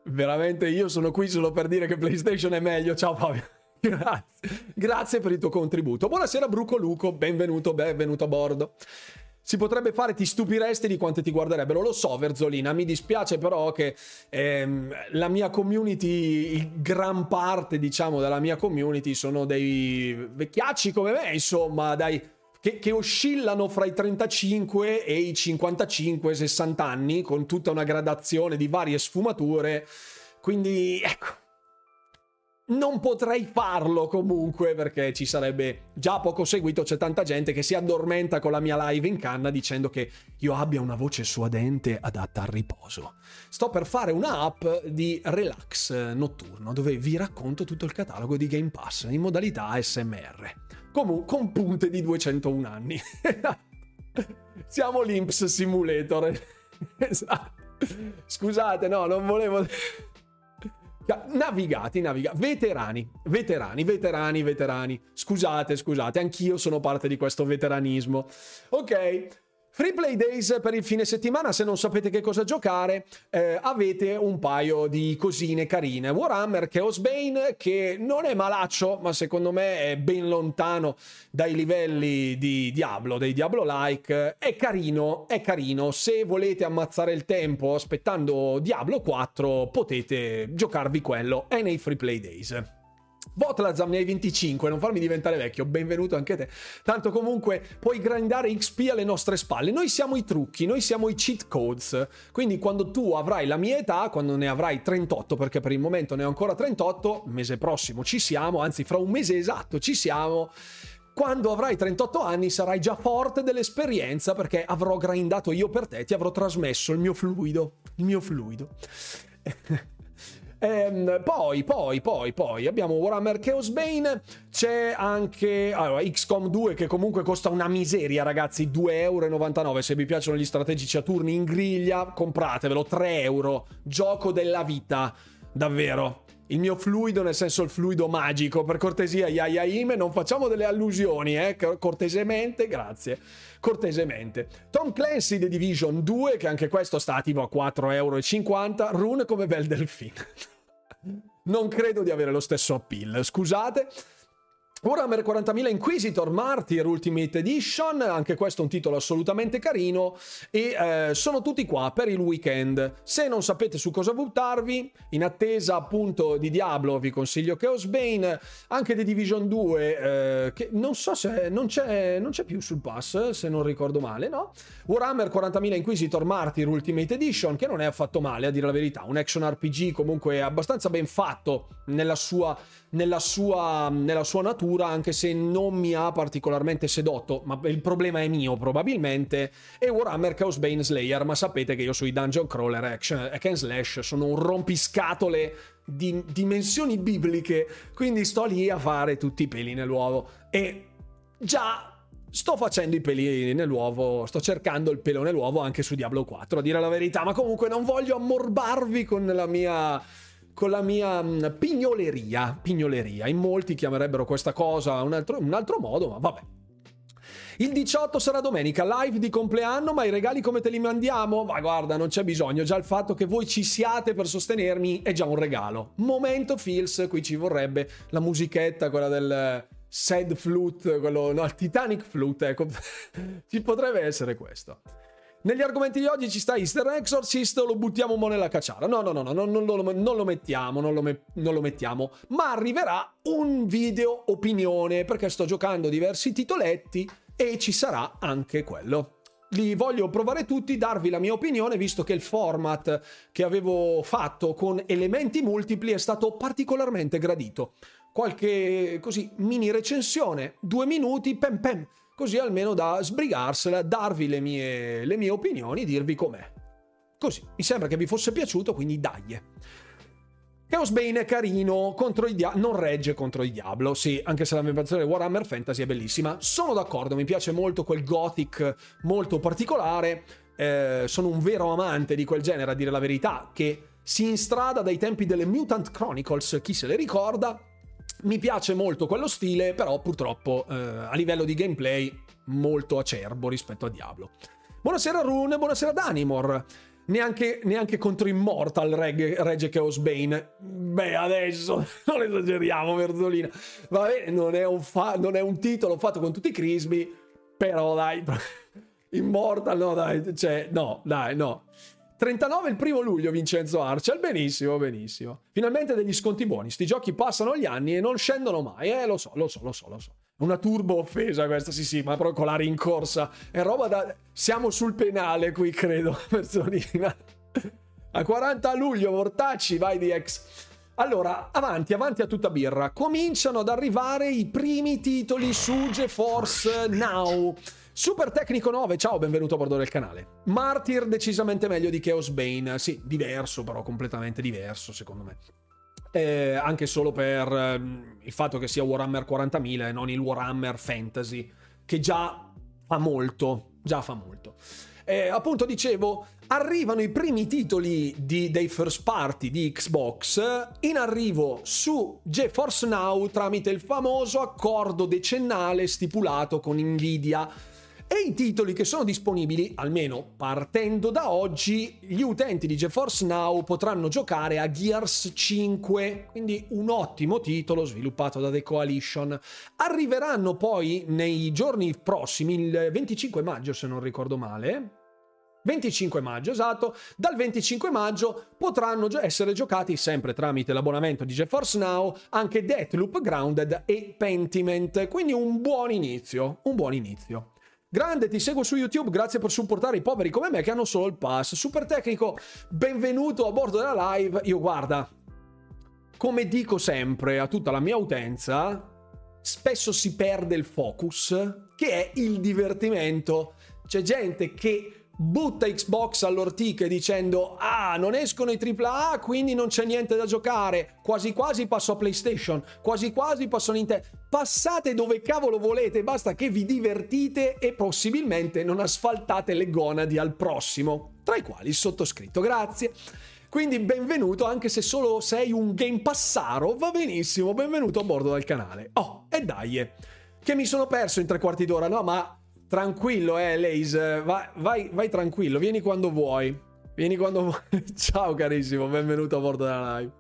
Veramente io sono qui solo per dire che PlayStation è meglio. Ciao Fabio. Grazie. Grazie per il tuo contributo. Buonasera Bruco Luco, benvenuto, benvenuto a bordo. Si potrebbe fare, ti stupiresti di quante ti guarderebbero. Lo so, Verzolina, mi dispiace però che ehm, la mia community, gran parte diciamo della mia community sono dei vecchiacci come me, insomma, dai, che, che oscillano fra i trentacinque e i cinquantacinque sessanta anni, con tutta una gradazione di varie sfumature. Quindi ecco, non potrei farlo comunque perché ci sarebbe già poco seguito. C'è tanta gente che si addormenta con la mia live in canna dicendo che io abbia una voce suadente adatta al riposo. Sto per fare una app di relax notturno dove vi racconto tutto il catalogo di Game Pass in modalità A S M R, comunque con punte di duecentouno anni. Siamo l'Imps Simulator. Esatto. Scusate, no, non volevo... Navigati, navigati, veterani, veterani, veterani, veterani. Scusate, scusate, anch'io sono parte di questo veteranismo. Ok, Free Play Days per il fine settimana. Se non sapete che cosa giocare, eh, avete un paio di cosine carine. Warhammer Chaos Bane, che non è malaccio, ma secondo me è ben lontano dai livelli di Diablo, dei Diablo-like. È carino, è carino. Se volete ammazzare il tempo aspettando Diablo quattro, potete giocarvi quello. È nei Free Play Days. Votlazam ne hai venticinque, non farmi diventare vecchio, benvenuto anche te. Tanto comunque puoi grindare X P alle nostre spalle. Noi siamo i trucchi, noi siamo i cheat codes. Quindi quando tu avrai la mia età, quando ne avrai trentotto, perché per il momento ne ho ancora trentotto, mese prossimo ci siamo, anzi fra un mese esatto ci siamo. Quando avrai trentotto anni sarai già forte dell'esperienza perché avrò grindato io per te, ti avrò trasmesso il mio fluido, il mio fluido. Ehm, poi, poi, poi, poi abbiamo Warhammer Chaos Bane. C'è anche allora, X COM due, che comunque costa una miseria, ragazzi, due euro e novantanove. Se vi piacciono gli strategici a turni in griglia, compratevelo, tre euro. Gioco della vita, davvero. Il mio fluido, nel senso il fluido magico, per cortesia, Yayaime, non facciamo delle allusioni, eh, cortesemente, grazie, cortesemente. Tom Clancy The Division due, che anche questo sta attivo a quattro euro e cinquanta, Rune come bel delfino. Non credo di avere lo stesso appeal, scusate. Warhammer quarantamila Inquisitor Martyr Ultimate Edition, anche questo è un titolo assolutamente carino, e eh, sono tutti qua per il weekend. Se non sapete su cosa buttarvi, in attesa appunto di Diablo, vi consiglio Chaos Bane, anche The Division due, eh, che non so se non c'è, non c'è più sul pass, se non ricordo male, no? Warhammer quarantamila Inquisitor Martyr Ultimate Edition, che non è affatto male, a dire la verità, un action R P G comunque abbastanza ben fatto nella sua, nella sua, nella sua natura, anche se non mi ha particolarmente sedotto, ma il problema è mio probabilmente. E Warhammer Chaos Bane Slayer, ma sapete che io sui dungeon crawler action hack and slash sono un rompiscatole di dimensioni bibliche, quindi sto lì a fare tutti i peli nell'uovo e già sto facendo i peli nell'uovo, sto cercando il pelo nell'uovo anche su Diablo quattro, a dire la verità, ma comunque non voglio ammorbarvi con la mia con la mia pignoleria, pignoleria. In molti chiamerebbero questa cosa un altro, un altro modo, ma vabbè. Il diciotto sarà domenica, live di compleanno, ma i regali come te li mandiamo? Ma guarda, non c'è bisogno, già il fatto che voi ci siate per sostenermi è già un regalo. Momento feels, qui ci vorrebbe la musichetta, quella del sad flute, quello, no, il Titanic flute, ecco, ci potrebbe essere questo. Negli argomenti di oggi ci sta Easter Exorcist, lo buttiamo un po' nella cacciara. No, no, no, no, non, non, lo, non lo mettiamo, non lo, me, non lo mettiamo. Ma arriverà un video opinione, perché sto giocando diversi titoletti e ci sarà anche quello. Li voglio provare tutti, darvi la mia opinione, visto che il format che avevo fatto con elementi multipli è stato particolarmente gradito. Qualche, così, mini recensione, due minuti, pem pem. Così almeno da sbrigarsela, darvi le mie, le mie opinioni, dirvi com'è. Così, mi sembra che vi fosse piaciuto, quindi dai. Chaos Bane è carino, contro i dia- non regge contro il Diablo, sì, anche se l'ambientazione di Warhammer Fantasy è bellissima. Sono d'accordo, mi piace molto quel gothic molto particolare, eh, sono un vero amante di quel genere, a dire la verità, che si instrada dai tempi delle Mutant Chronicles, chi se le ricorda. Mi piace molto quello stile, però purtroppo eh, a livello di gameplay molto acerbo rispetto a Diablo. Buonasera Rune, buonasera Danimor. neanche, neanche contro Immortal regge, regge Chaos Bane. Beh, adesso non esageriamo, Verzolina. Va bene, non è un, fa- non è un titolo fatto con tutti i crismi, però dai, Immortal, no dai, cioè, no, dai, no. trentanove il primo luglio, Vincenzo Arcel, benissimo, benissimo. Finalmente degli sconti buoni, sti giochi passano gli anni e non scendono mai, eh, lo so, lo so, lo so, lo so. Una turbo offesa questa, sì sì, ma proprio con la rincorsa, è roba da... Siamo sul penale qui, credo, Verzolina. A quaranta luglio, Mortacci, vai di ex. Allora, avanti, avanti a tutta birra. Cominciano ad arrivare i primi titoli su GeForce Now. Super Tecnico nove, ciao, benvenuto a bordo del canale. Martyr decisamente meglio di Chaos Bane, sì, diverso però, completamente diverso secondo me. Eh, anche solo per eh, il fatto che sia Warhammer quarantamila e non il Warhammer Fantasy, che già fa molto, già fa molto. Eh, appunto dicevo, arrivano i primi titoli di, dei first party di Xbox in arrivo su GeForce Now tramite il famoso accordo decennale stipulato con Nvidia. E i titoli che sono disponibili, almeno partendo da oggi, gli utenti di GeForce Now potranno giocare a Gears cinque, quindi un ottimo titolo sviluppato da The Coalition. Arriveranno poi nei giorni prossimi, il venticinque maggio se non ricordo male, venticinque maggio, esatto, dal venticinque maggio potranno essere giocati sempre tramite l'abbonamento di GeForce Now anche Deathloop Grounded e Pentiment, quindi un buon inizio, un buon inizio. Grande, ti seguo su YouTube, grazie per supportare i poveri come me che hanno solo il pass. Super Tecnico, benvenuto a bordo della live. Io guarda, come dico sempre a tutta la mia utenza, spesso si perde il focus, che è il divertimento. C'è gente che butta Xbox all'ortiche dicendo ah, non escono i tripla A, quindi non c'è niente da giocare, quasi quasi passo a PlayStation, quasi quasi passo a Nintendo. Passate dove cavolo volete, basta che vi divertite e possibilmente non asfaltate le gonadi al prossimo, tra i quali il sottoscritto, grazie. Quindi benvenuto, anche se solo sei un game passaro, va benissimo, benvenuto a bordo del canale. Oh, e dai, che mi sono perso in tre quarti d'ora, no ma... Tranquillo, eh, Lace, vai, vai, vai tranquillo, vieni quando vuoi. Vieni quando vuoi. Ciao carissimo, benvenuto a bordo della live.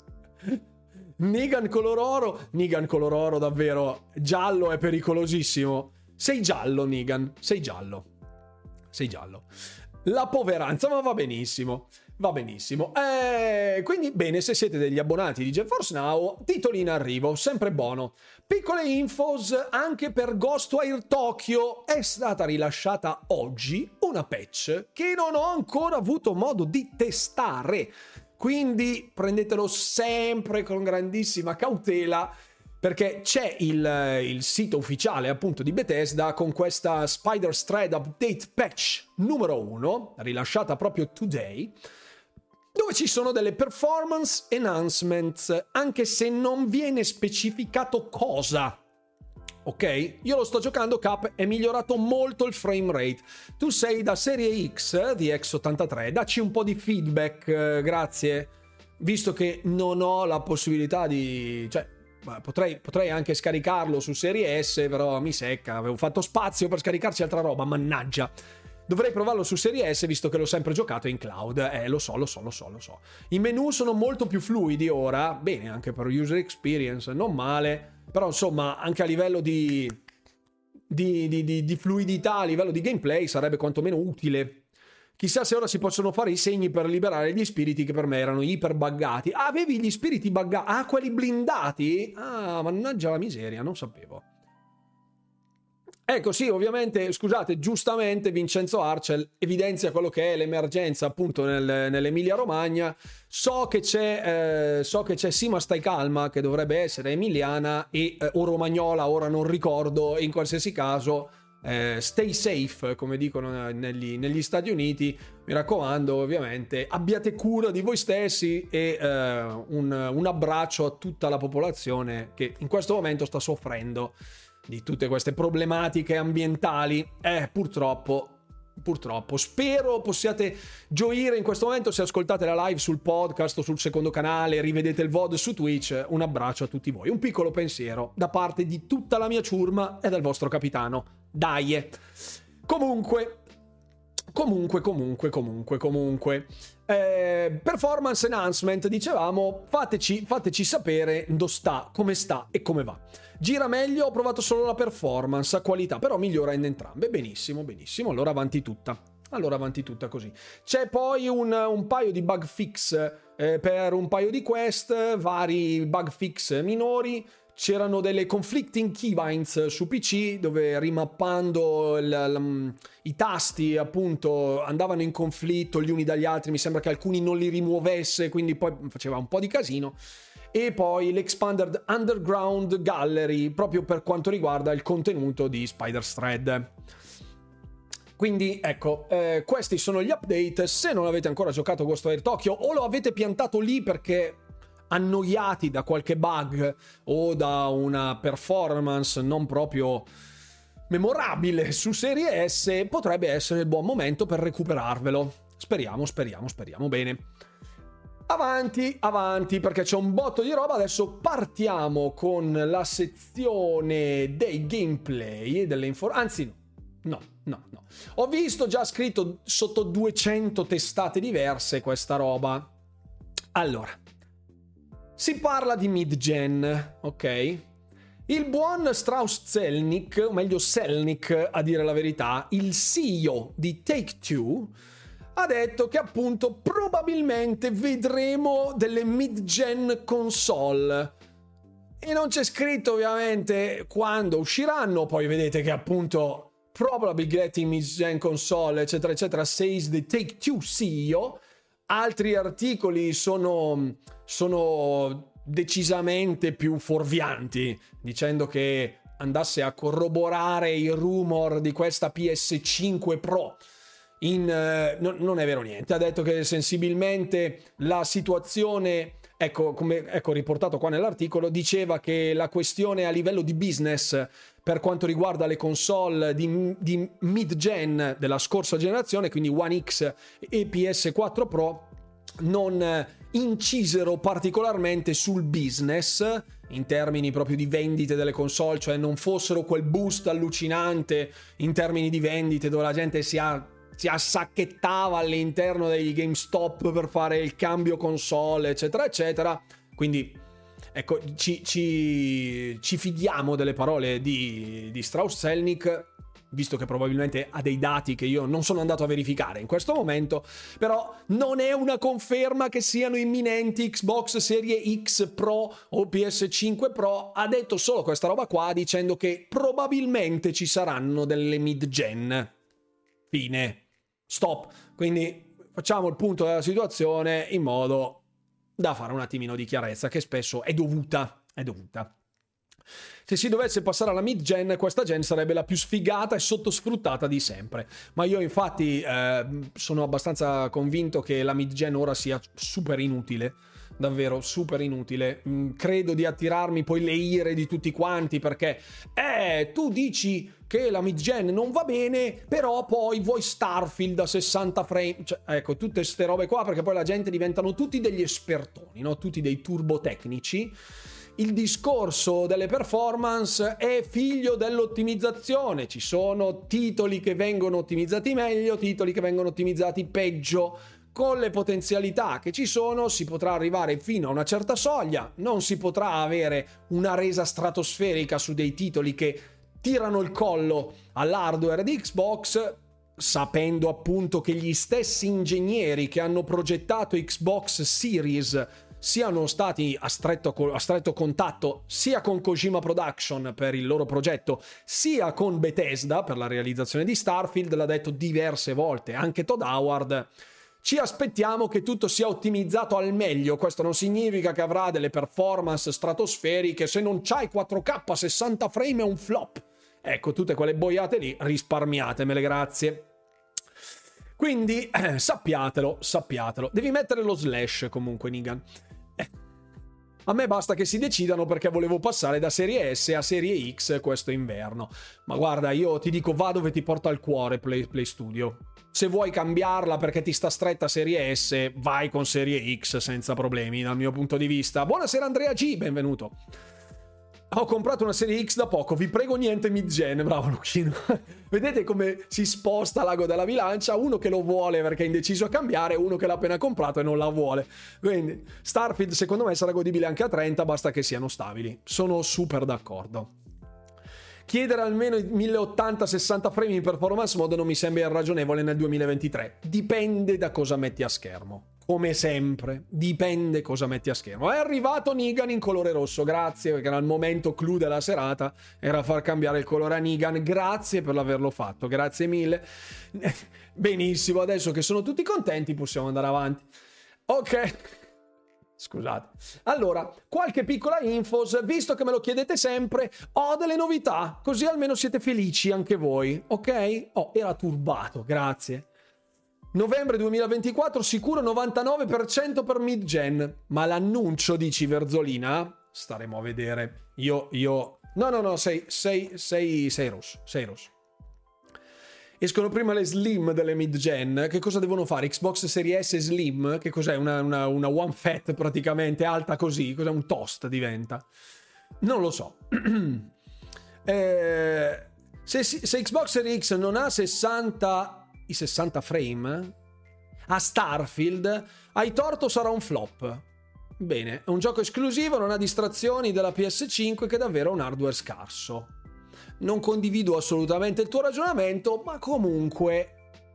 Negan color oro, Negan color oro davvero, giallo è pericolosissimo. Sei giallo, Negan, sei giallo. Sei giallo. La poveranza, ma va benissimo. Va benissimo. Eh, quindi bene, se siete degli abbonati di GeForce Now, titoli in arrivo, sempre buono. Piccole infos anche per Ghostwire Tokyo. È stata rilasciata oggi una patch che non ho ancora avuto modo di testare. Quindi prendetelo sempre con grandissima cautela, perché c'è il, il sito ufficiale appunto di Bethesda con questa Spider's Thread Update Patch numero uno, rilasciata proprio today, dove ci sono delle performance enhancements, anche se non viene specificato cosa. Ok? Io lo sto giocando, Cap, è migliorato molto il frame rate. Tu sei da serie X di X ottantatré, dacci un po' di feedback, eh, grazie, visto che non ho la possibilità di... cioè, potrei, potrei anche scaricarlo su serie S, però mi secca, avevo fatto spazio per scaricarci altra roba, mannaggia. Dovrei provarlo su Serie S visto che l'ho sempre giocato in cloud. Eh, lo so, lo so, lo so, lo so. I menu sono molto più fluidi ora. Bene, anche per user experience, non male. Però, insomma, anche a livello di, di, di, di, di fluidità, a livello di gameplay, sarebbe quantomeno utile. Chissà se ora si possono fare i segni per liberare gli spiriti che per me erano iper buggati. Ah, avevi gli spiriti buggati? Ah, quelli blindati? Ah, mannaggia la miseria, non sapevo. Ecco, sì, ovviamente, scusate, giustamente Vincenzo Arcel evidenzia quello che è l'emergenza appunto nel, nell'Emilia Romagna. So che c'è, eh, so che c'è Sima Stai Calma, che dovrebbe essere emiliana, e eh, o romagnola, ora non ricordo, in qualsiasi caso, eh, stay safe, come dicono negli, negli Stati Uniti. Mi raccomando, ovviamente, abbiate cura di voi stessi e eh, un, un abbraccio a tutta la popolazione che in questo momento sta soffrendo di tutte queste problematiche ambientali. Eh, purtroppo, purtroppo. Spero possiate gioire in questo momento se ascoltate la live sul podcast o sul secondo canale, rivedete il V O D su Twitch. Un abbraccio a tutti voi. Un piccolo pensiero da parte di tutta la mia ciurma e del vostro capitano. Dai. Comunque, comunque, comunque, comunque, comunque. Eh, performance enhancement, dicevamo, fateci, fateci sapere dove sta, come sta e come va. Gira meglio, ho provato solo la performance, a qualità, però migliora in entrambe. Benissimo, benissimo, allora avanti tutta. Allora avanti tutta così. C'è poi un, un paio di bug fix eh, per un paio di quest, vari bug fix minori. C'erano delle conflicting keybinds su P C dove rimappando il, il, i tasti appunto andavano in conflitto gli uni dagli altri, mi sembra che alcuni non li rimuovesse, quindi poi faceva un po' di casino. E poi l'Expanded Underground Gallery proprio per quanto riguarda il contenuto di Spider's Thread. Quindi ecco, eh, questi sono gli update. Se non avete ancora giocato Ghost Wire Tokyo o lo avete piantato lì perché annoiati da qualche bug o da una performance non proprio memorabile su Serie S, potrebbe essere il buon momento per recuperarvelo. Speriamo, speriamo, speriamo bene. Avanti, avanti, perché c'è un botto di roba. Adesso partiamo con la sezione dei gameplay e delle informazioni. Anzi, no, no, no. Ho visto già scritto sotto duecento testate diverse questa roba. Allora, si parla di mid-gen, ok? Il buon Strauss Zelnick, o meglio Selnick a dire la verità, il C E O di Take-Two, ha detto che appunto probabilmente vedremo delle mid-gen console. E non c'è scritto ovviamente quando usciranno, poi vedete che appunto probably getting mid-gen console, eccetera, eccetera, says the Take-Two C E O. Altri articoli sono, sono decisamente più fuorvianti, dicendo che andasse a corroborare i rumor di questa P S cinque Pro. In, eh, no, non è vero niente, ha detto che sensibilmente la situazione, ecco, come ecco riportato qua nell'articolo, diceva che la questione a livello di business per quanto riguarda le console di, di mid-gen della scorsa generazione, quindi One X e P S quattro Pro, non incisero particolarmente sul business in termini proprio di vendite delle console, cioè non fossero quel boost allucinante in termini di vendite dove la gente si ha si assacchettava all'interno dei GameStop per fare il cambio console, eccetera, eccetera. Quindi, ecco, ci, ci, ci fidiamo delle parole di, di Strauss Zelnick, visto che probabilmente ha dei dati che io non sono andato a verificare in questo momento, però non è una conferma che siano imminenti Xbox Serie X Pro o P S cinque Pro, ha detto solo questa roba qua dicendo che probabilmente ci saranno delle mid-gen. Fine. Stop. Quindi facciamo il punto della situazione in modo da fare un attimino di chiarezza, che spesso è dovuta, è dovuta. Se si dovesse passare alla mid-gen, questa gen sarebbe la più sfigata e sottosfruttata di sempre. Ma io infatti eh, sono abbastanza convinto che la mid-gen ora sia super inutile. Davvero super inutile. Credo di attirarmi poi le ire di tutti quanti, perché eh, tu dici che la mid-gen non va bene, però poi vuoi Starfield a sessanta frame, cioè, ecco, tutte ste robe qua, perché poi la gente diventano tutti degli espertoni, no? Tutti dei turbotecnici. Il discorso delle performance è figlio dell'ottimizzazione. Ci sono titoli che vengono ottimizzati meglio, titoli che vengono ottimizzati peggio. Con le potenzialità che ci sono si potrà arrivare fino a una certa soglia, non si potrà avere una resa stratosferica su dei titoli che tirano il collo all'hardware di Xbox, sapendo appunto che gli stessi ingegneri che hanno progettato Xbox Series siano stati a stretto, a stretto contatto sia con Kojima Production per il loro progetto, sia con Bethesda per la realizzazione di Starfield. L'ha detto diverse volte anche Todd Howard. Ci aspettiamo che tutto sia ottimizzato al meglio. Questo non significa che avrà delle performance stratosferiche. Se non c'hai quattro K a sessanta frame è un flop. Ecco, tutte quelle boiate lì risparmiatemele, grazie. Quindi eh, sappiatelo, sappiatelo. Devi mettere lo slash comunque, Nigan. Eh. A me basta che si decidano, perché volevo passare da Serie S a Serie X questo inverno. Ma guarda, io ti dico, va dove ti porta il cuore Play, Play Studio. Se vuoi cambiarla perché ti sta stretta Serie S, vai con Serie X senza problemi dal mio punto di vista. Buonasera Andrea G, benvenuto. Ho comprato una serie X da poco, vi prego niente mid-gen, bravo Lucchino. Vedete come si sposta l'ago della bilancia, uno che lo vuole perché è indeciso a cambiare, uno che l'ha appena comprato e non la vuole. Quindi Starfield secondo me sarà godibile anche a trenta, basta che siano stabili. Sono super d'accordo. Chiedere almeno i mille ottanta sessanta frame in performance mode non mi sembra irragionevole nel duemilaventitré. Dipende da cosa metti a schermo. Come sempre, dipende cosa metti a schermo. È arrivato Negan in colore rosso, grazie, perché era il momento clou della serata, era far cambiare il colore a Negan. Grazie per averlo fatto, grazie mille. Benissimo, adesso che sono tutti contenti possiamo andare avanti. Ok. Scusate. Allora, qualche piccola infos, visto che me lo chiedete sempre, ho delle novità, così almeno siete felici anche voi, ok? Oh, era turbato, grazie. Novembre duemilaventiquattro, sicuro novantanove per cento per mid-gen, ma l'annuncio, dici Verzolina? Staremo a vedere. Io, io... No, no, no, sei, sei, sei, sei rosso, sei rosso. Escono prima le slim delle mid-gen. Che cosa devono fare? Xbox Series S Slim? Che cos'è? Una, una, una one fat praticamente, alta così? Cos'è? Un toast diventa? Non lo so. eh, se, se Xbox Series X non ha sessanta... i sessanta frame a Starfield, hai torto, sarà un flop. Bene, è un gioco esclusivo, non ha distrazioni della P S cinque, che è davvero un hardware scarso. Non condivido assolutamente il tuo ragionamento, ma comunque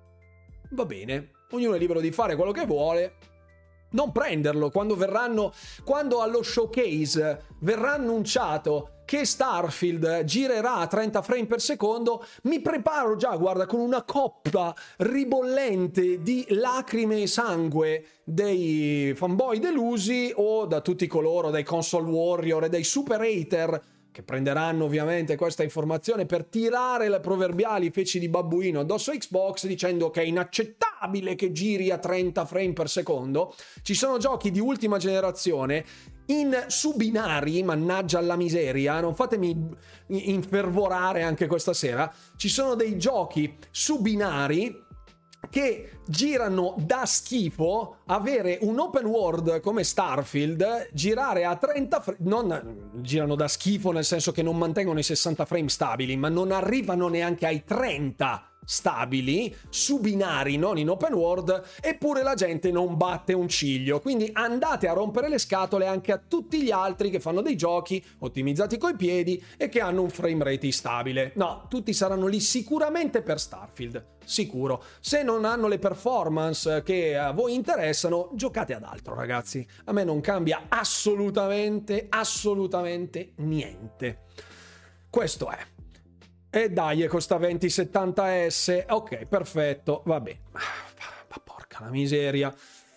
va bene, ognuno è libero di fare quello che vuole. Non prenderlo quando verranno, quando allo showcase verrà annunciato che Starfield girerà a trenta frame per secondo, mi preparo già, guarda, con una coppa ribollente di lacrime e sangue dei fanboy delusi o da tutti coloro, dai console warrior e dai super hater, che prenderanno ovviamente questa informazione per tirare le proverbiali feci di babbuino addosso a Xbox dicendo che è inaccettabile che giri a trenta frame per secondo. Ci sono giochi di ultima generazione in su binari, mannaggia alla miseria, non fatemi infervorare anche questa sera, ci sono dei giochi su binari che girano da schifo. Avere un open world come Starfield, girare a trenta frame, non girano da schifo nel senso che non mantengono i sessanta frame stabili, ma non arrivano neanche ai trenta stabili su binari, non in open world, eppure la gente non batte un ciglio. Quindi andate a rompere le scatole anche a tutti gli altri che fanno dei giochi ottimizzati coi piedi e che hanno un frame rate stabile. No, tutti saranno lì sicuramente per Starfield, sicuro. Se non hanno le performance che a voi interessano, giocate ad altro, ragazzi. A me non cambia assolutamente assolutamente niente. Questo è. E dai, costa venti settanta S. Ok, perfetto, vabbè. Ma porca la miseria.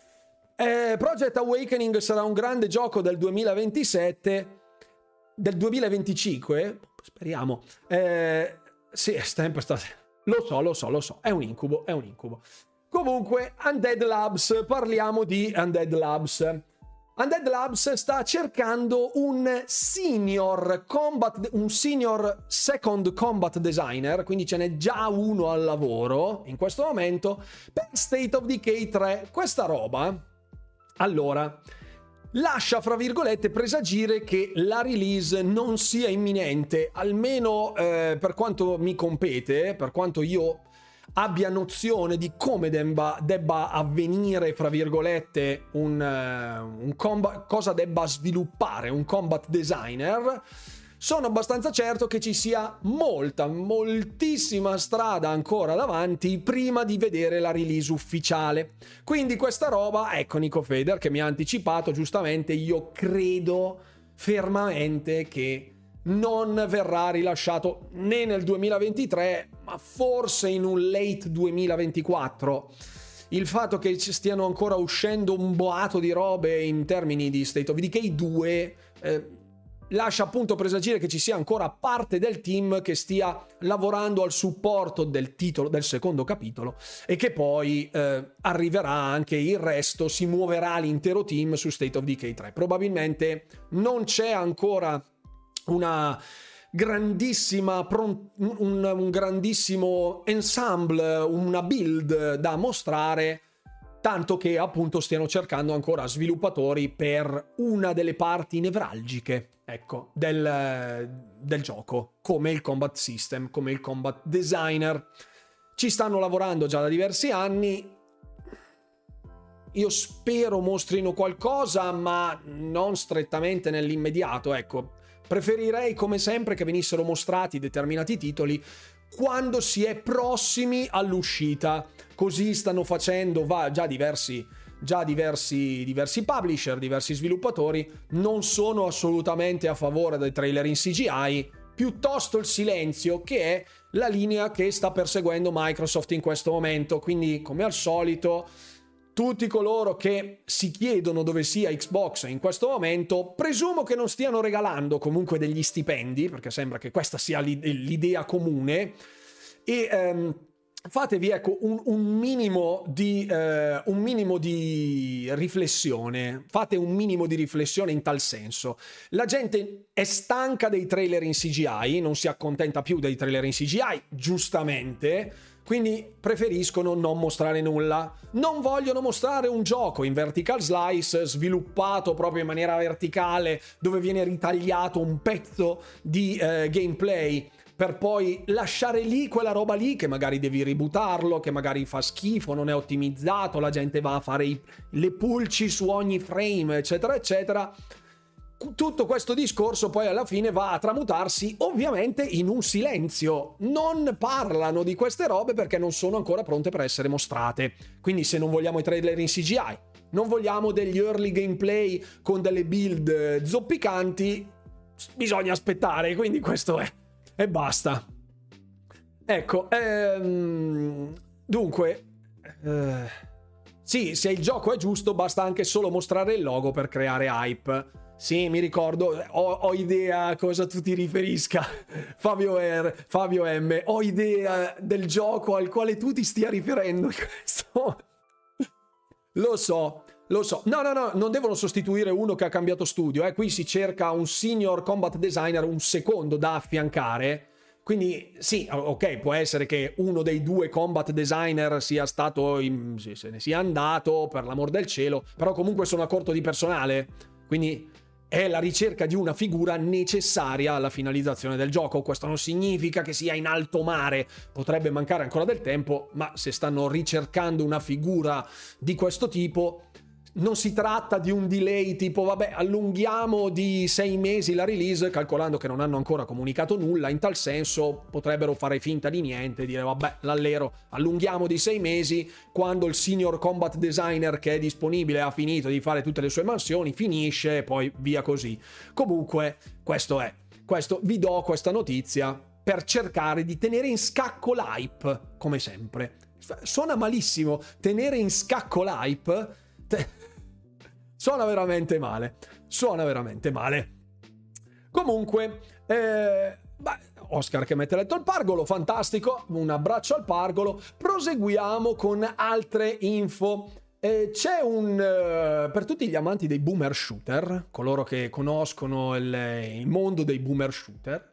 Eh, Project Awakening sarà un grande gioco del duemilaventisette, del duemilaventicinque, speriamo. Eh, sì, è sempre stato... Lo so, lo so, lo so, è un incubo, è un incubo. Comunque, Undead Labs, parliamo di Undead Labs. Undead Labs sta cercando un senior combat, un senior second combat designer, quindi ce n'è già uno al lavoro in questo momento per State of Decay tre. Questa roba, allora, lascia fra virgolette presagire che la release non sia imminente, almeno eh, per quanto mi compete, per quanto io abbia nozione di come debba, debba avvenire, fra virgolette, un, uh, un combat, cosa debba sviluppare un combat designer. Sono abbastanza certo che ci sia molta, moltissima strada ancora davanti prima di vedere la release ufficiale. Quindi questa roba, ecco Nico Feder che mi ha anticipato giustamente, io credo fermamente che non verrà rilasciato né nel duemilaventitré, ma forse in un late duemilaventiquattro. Il fatto che ci stiano ancora uscendo un boato di robe in termini di State of Decay due eh, lascia appunto presagire che ci sia ancora parte del team che stia lavorando al supporto del titolo del secondo capitolo e che poi eh, arriverà anche il resto, si muoverà l'intero team su State of Decay tre. Probabilmente non c'è ancora una grandissima un, un grandissimo ensemble, una build da mostrare, tanto che appunto stiano cercando ancora sviluppatori per una delle parti nevralgiche, ecco, del, del gioco, come il combat system, come il combat designer. Ci stanno lavorando già da diversi anni. Io spero mostrino qualcosa, ma non strettamente nell'immediato, ecco. Preferirei, come sempre, che venissero mostrati determinati titoli quando si è prossimi all'uscita. Così stanno facendo va, già diversi, già diversi, diversi publisher, diversi sviluppatori. Non sono assolutamente a favore dei trailer in C G I, piuttosto il silenzio, che è la linea che sta perseguendo Microsoft in questo momento. Quindi, come al solito, tutti coloro che si chiedono dove sia Xbox in questo momento, presumo che non stiano regalando comunque degli stipendi, perché sembra che questa sia l'idea comune, e ehm, fatevi ecco un, un minimo di eh, un minimo di riflessione, fate un minimo di riflessione in tal senso. La gente è stanca dei trailer in C G I, non si accontenta più dei trailer in C G I, giustamente. Quindi preferiscono non mostrare nulla. Non vogliono mostrare un gioco in vertical slice sviluppato proprio in maniera verticale, dove viene ritagliato un pezzo di eh, gameplay per poi lasciare lì quella roba lì, che magari devi rebootarlo, che magari fa schifo, non è ottimizzato, la gente va a fare i, le pulci su ogni frame, eccetera eccetera. Tutto questo discorso poi alla fine va a tramutarsi ovviamente in un silenzio. Non parlano di queste robe perché non sono ancora pronte per essere mostrate. Quindi se non vogliamo i trailer in C G I, non vogliamo degli early gameplay con delle build zoppicanti, bisogna aspettare. Quindi questo è. E basta. Ecco, ehm, dunque, eh, sì, se il gioco è giusto basta anche solo mostrare il logo per creare hype. Sì, mi ricordo, ho, ho idea a cosa tu ti riferisca, Fabio R, Fabio M, ho idea del gioco al quale tu ti stia riferendo. Questo lo so, lo so. No, no, no, non devono sostituire uno che ha cambiato studio, eh. Qui si cerca un senior combat designer, un secondo da affiancare. Quindi sì, ok, può essere che uno dei due combat designer sia stato, in, se ne sia andato, per l'amor del cielo, però comunque sono a corto di personale, quindi è la ricerca di una figura necessaria alla finalizzazione del gioco. Questo non significa che sia in alto mare, potrebbe mancare ancora del tempo, ma se stanno ricercando una figura di questo tipo, non si tratta di un delay tipo vabbè allunghiamo di sei mesi la release, calcolando che non hanno ancora comunicato nulla. In tal senso potrebbero fare finta di niente e dire vabbè l'allero allunghiamo di sei mesi, quando il senior combat designer che è disponibile ha finito di fare tutte le sue mansioni finisce e poi via così. Comunque questo è, questo vi do questa notizia per cercare di tenere in scacco l'hype, come sempre. Suona malissimo tenere in scacco l'hype. Te- Suona veramente male, suona veramente male. Comunque, eh, beh, Oscar che mette letto al pargolo, fantastico, un abbraccio al pargolo. Proseguiamo con altre info. Eh, c'è un, eh, per tutti gli amanti dei boomer shooter, coloro che conoscono il, il mondo dei boomer shooter,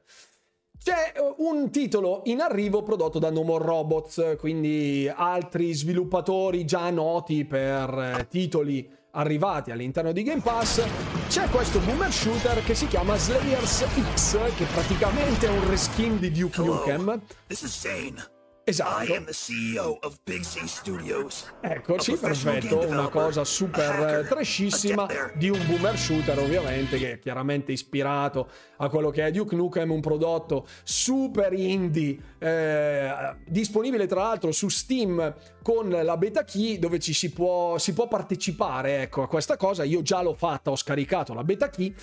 c'è un titolo in arrivo prodotto da No More Robots, quindi altri sviluppatori già noti per eh, titoli arrivati all'interno di Game Pass. C'è questo boomer shooter che si chiama Slayers X, che praticamente è un reskin di Duke Nukem. This is Zane. Esatto. I am the C E O of Big C Studios. Eccoci, perfetto, una cosa super trashissima di un boomer shooter, ovviamente, che è chiaramente ispirato a quello che è Duke Nukem, un prodotto super indie, eh, disponibile tra l'altro su Steam con la beta key, dove ci si può, si può partecipare, ecco, a questa cosa. Io già l'ho fatta, ho scaricato la beta key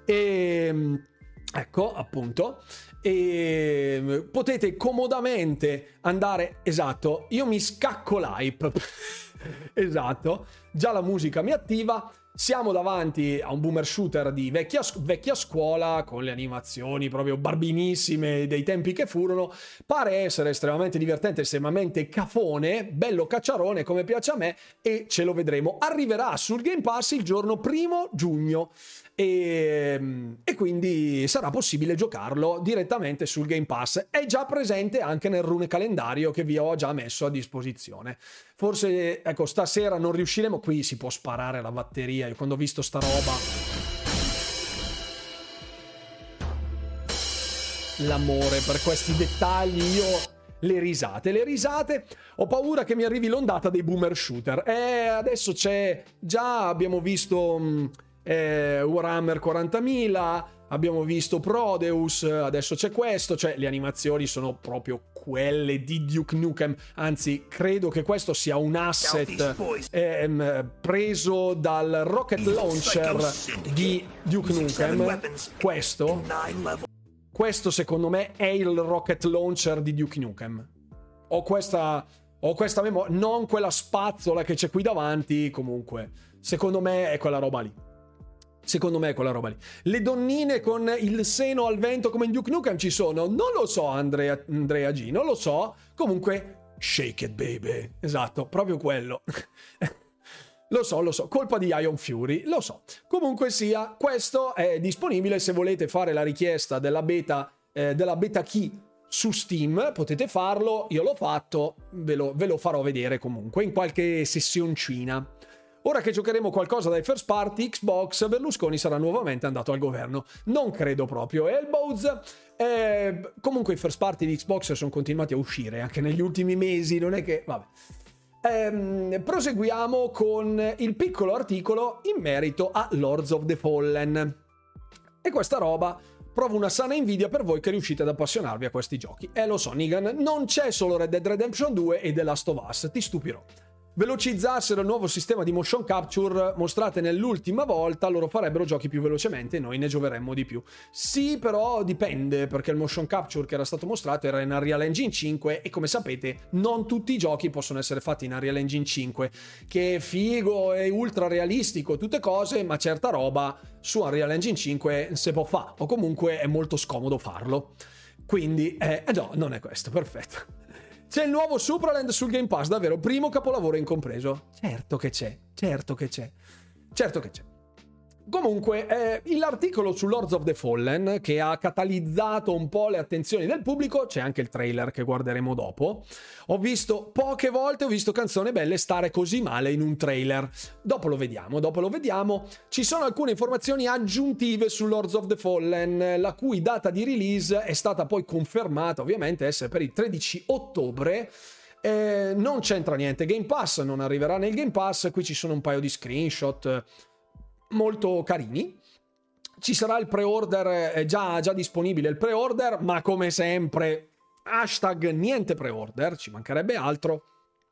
e ecco, appunto, e potete comodamente andare, esatto, io mi scacco l'hype. Esatto, già la musica mi attiva. Siamo davanti a un boomer shooter di vecchia, vecchia scuola, con le animazioni proprio barbinissime dei tempi che furono. Pare essere estremamente divertente, estremamente cafone, bello cacciarone come piace a me, e ce lo vedremo. Arriverà sul Game Pass il giorno primo giugno e, e quindi sarà possibile giocarlo direttamente sul Game Pass. È già presente anche nel rune calendario che vi ho già messo a disposizione. Forse, ecco, stasera non riusciremo. Qui si può sparare la batteria. Io quando ho visto sta roba, l'amore per questi dettagli, io le risate, le risate, ho paura che mi arrivi l'ondata dei boomer shooter. E adesso c'è, già abbiamo visto mh, eh, Warhammer quarantamila, abbiamo visto Prodeus, adesso c'è questo, cioè le animazioni sono proprio quelle di Duke Nukem, anzi credo che questo sia un asset ehm, preso dal rocket launcher di Duke Nukem. Questo questo secondo me è il rocket launcher di Duke Nukem. Ho questa ho questa memoria, non quella spazzola che c'è qui davanti, comunque secondo me è quella roba lì. Secondo me è quella roba lì. Le donnine con il seno al vento come in Duke Nukem ci sono? Non lo so, Andrea, Andrea G, non lo so. Comunque, shake it baby. Esatto, proprio quello. Lo so, lo so, colpa di Ion Fury, lo so. Comunque sia, questo è disponibile se volete fare la richiesta della beta, eh, della beta key su Steam, potete farlo, io l'ho fatto, ve lo, ve lo farò vedere comunque in qualche sessioncina. Ora che giocheremo qualcosa dai first party Xbox, Berlusconi sarà nuovamente andato al governo. Non credo proprio. Elbows. Eh, comunque i first party di Xbox sono continuati a uscire anche negli ultimi mesi, non è che... vabbè. Eh, proseguiamo con il piccolo articolo in merito a Lords of the Fallen. E questa roba... provo una sana invidia per voi che riuscite ad appassionarvi a questi giochi. E eh, lo so, Nigan, non c'è solo Red Dead Redemption due e The Last of Us, ti stupirò. Velocizzassero il nuovo sistema di motion capture mostrate nell'ultima volta, loro farebbero giochi più velocemente e noi ne gioveremmo di più. Sì, però dipende, perché il motion capture che era stato mostrato era in Unreal Engine cinque e come sapete non tutti i giochi possono essere fatti in Unreal Engine cinque, che è figo e ultra realistico, tutte cose, ma certa roba su Unreal Engine cinque se può fare, o comunque è molto scomodo farlo. Quindi, eh, no, non è questo, perfetto. C'è il nuovo Supraland sul Game Pass, davvero, primo capolavoro incompreso. Certo che c'è, certo che c'è, certo che c'è. Comunque, eh, l'articolo su Lords of the Fallen, che ha catalizzato un po' le attenzioni del pubblico, c'è anche il trailer che guarderemo dopo. Ho visto, poche volte ho visto canzoni belle stare così male in un trailer. Dopo lo vediamo, dopo lo vediamo. Ci sono alcune informazioni aggiuntive su Lords of the Fallen, la cui data di release è stata poi confermata, ovviamente, essere per il tredici ottobre. Eh, non c'entra niente Game Pass, non arriverà nel Game Pass. Qui ci sono un paio di screenshot molto carini. Ci sarà il pre-order, è già, già disponibile il pre-order, ma come sempre hashtag niente pre-order, ci mancherebbe altro.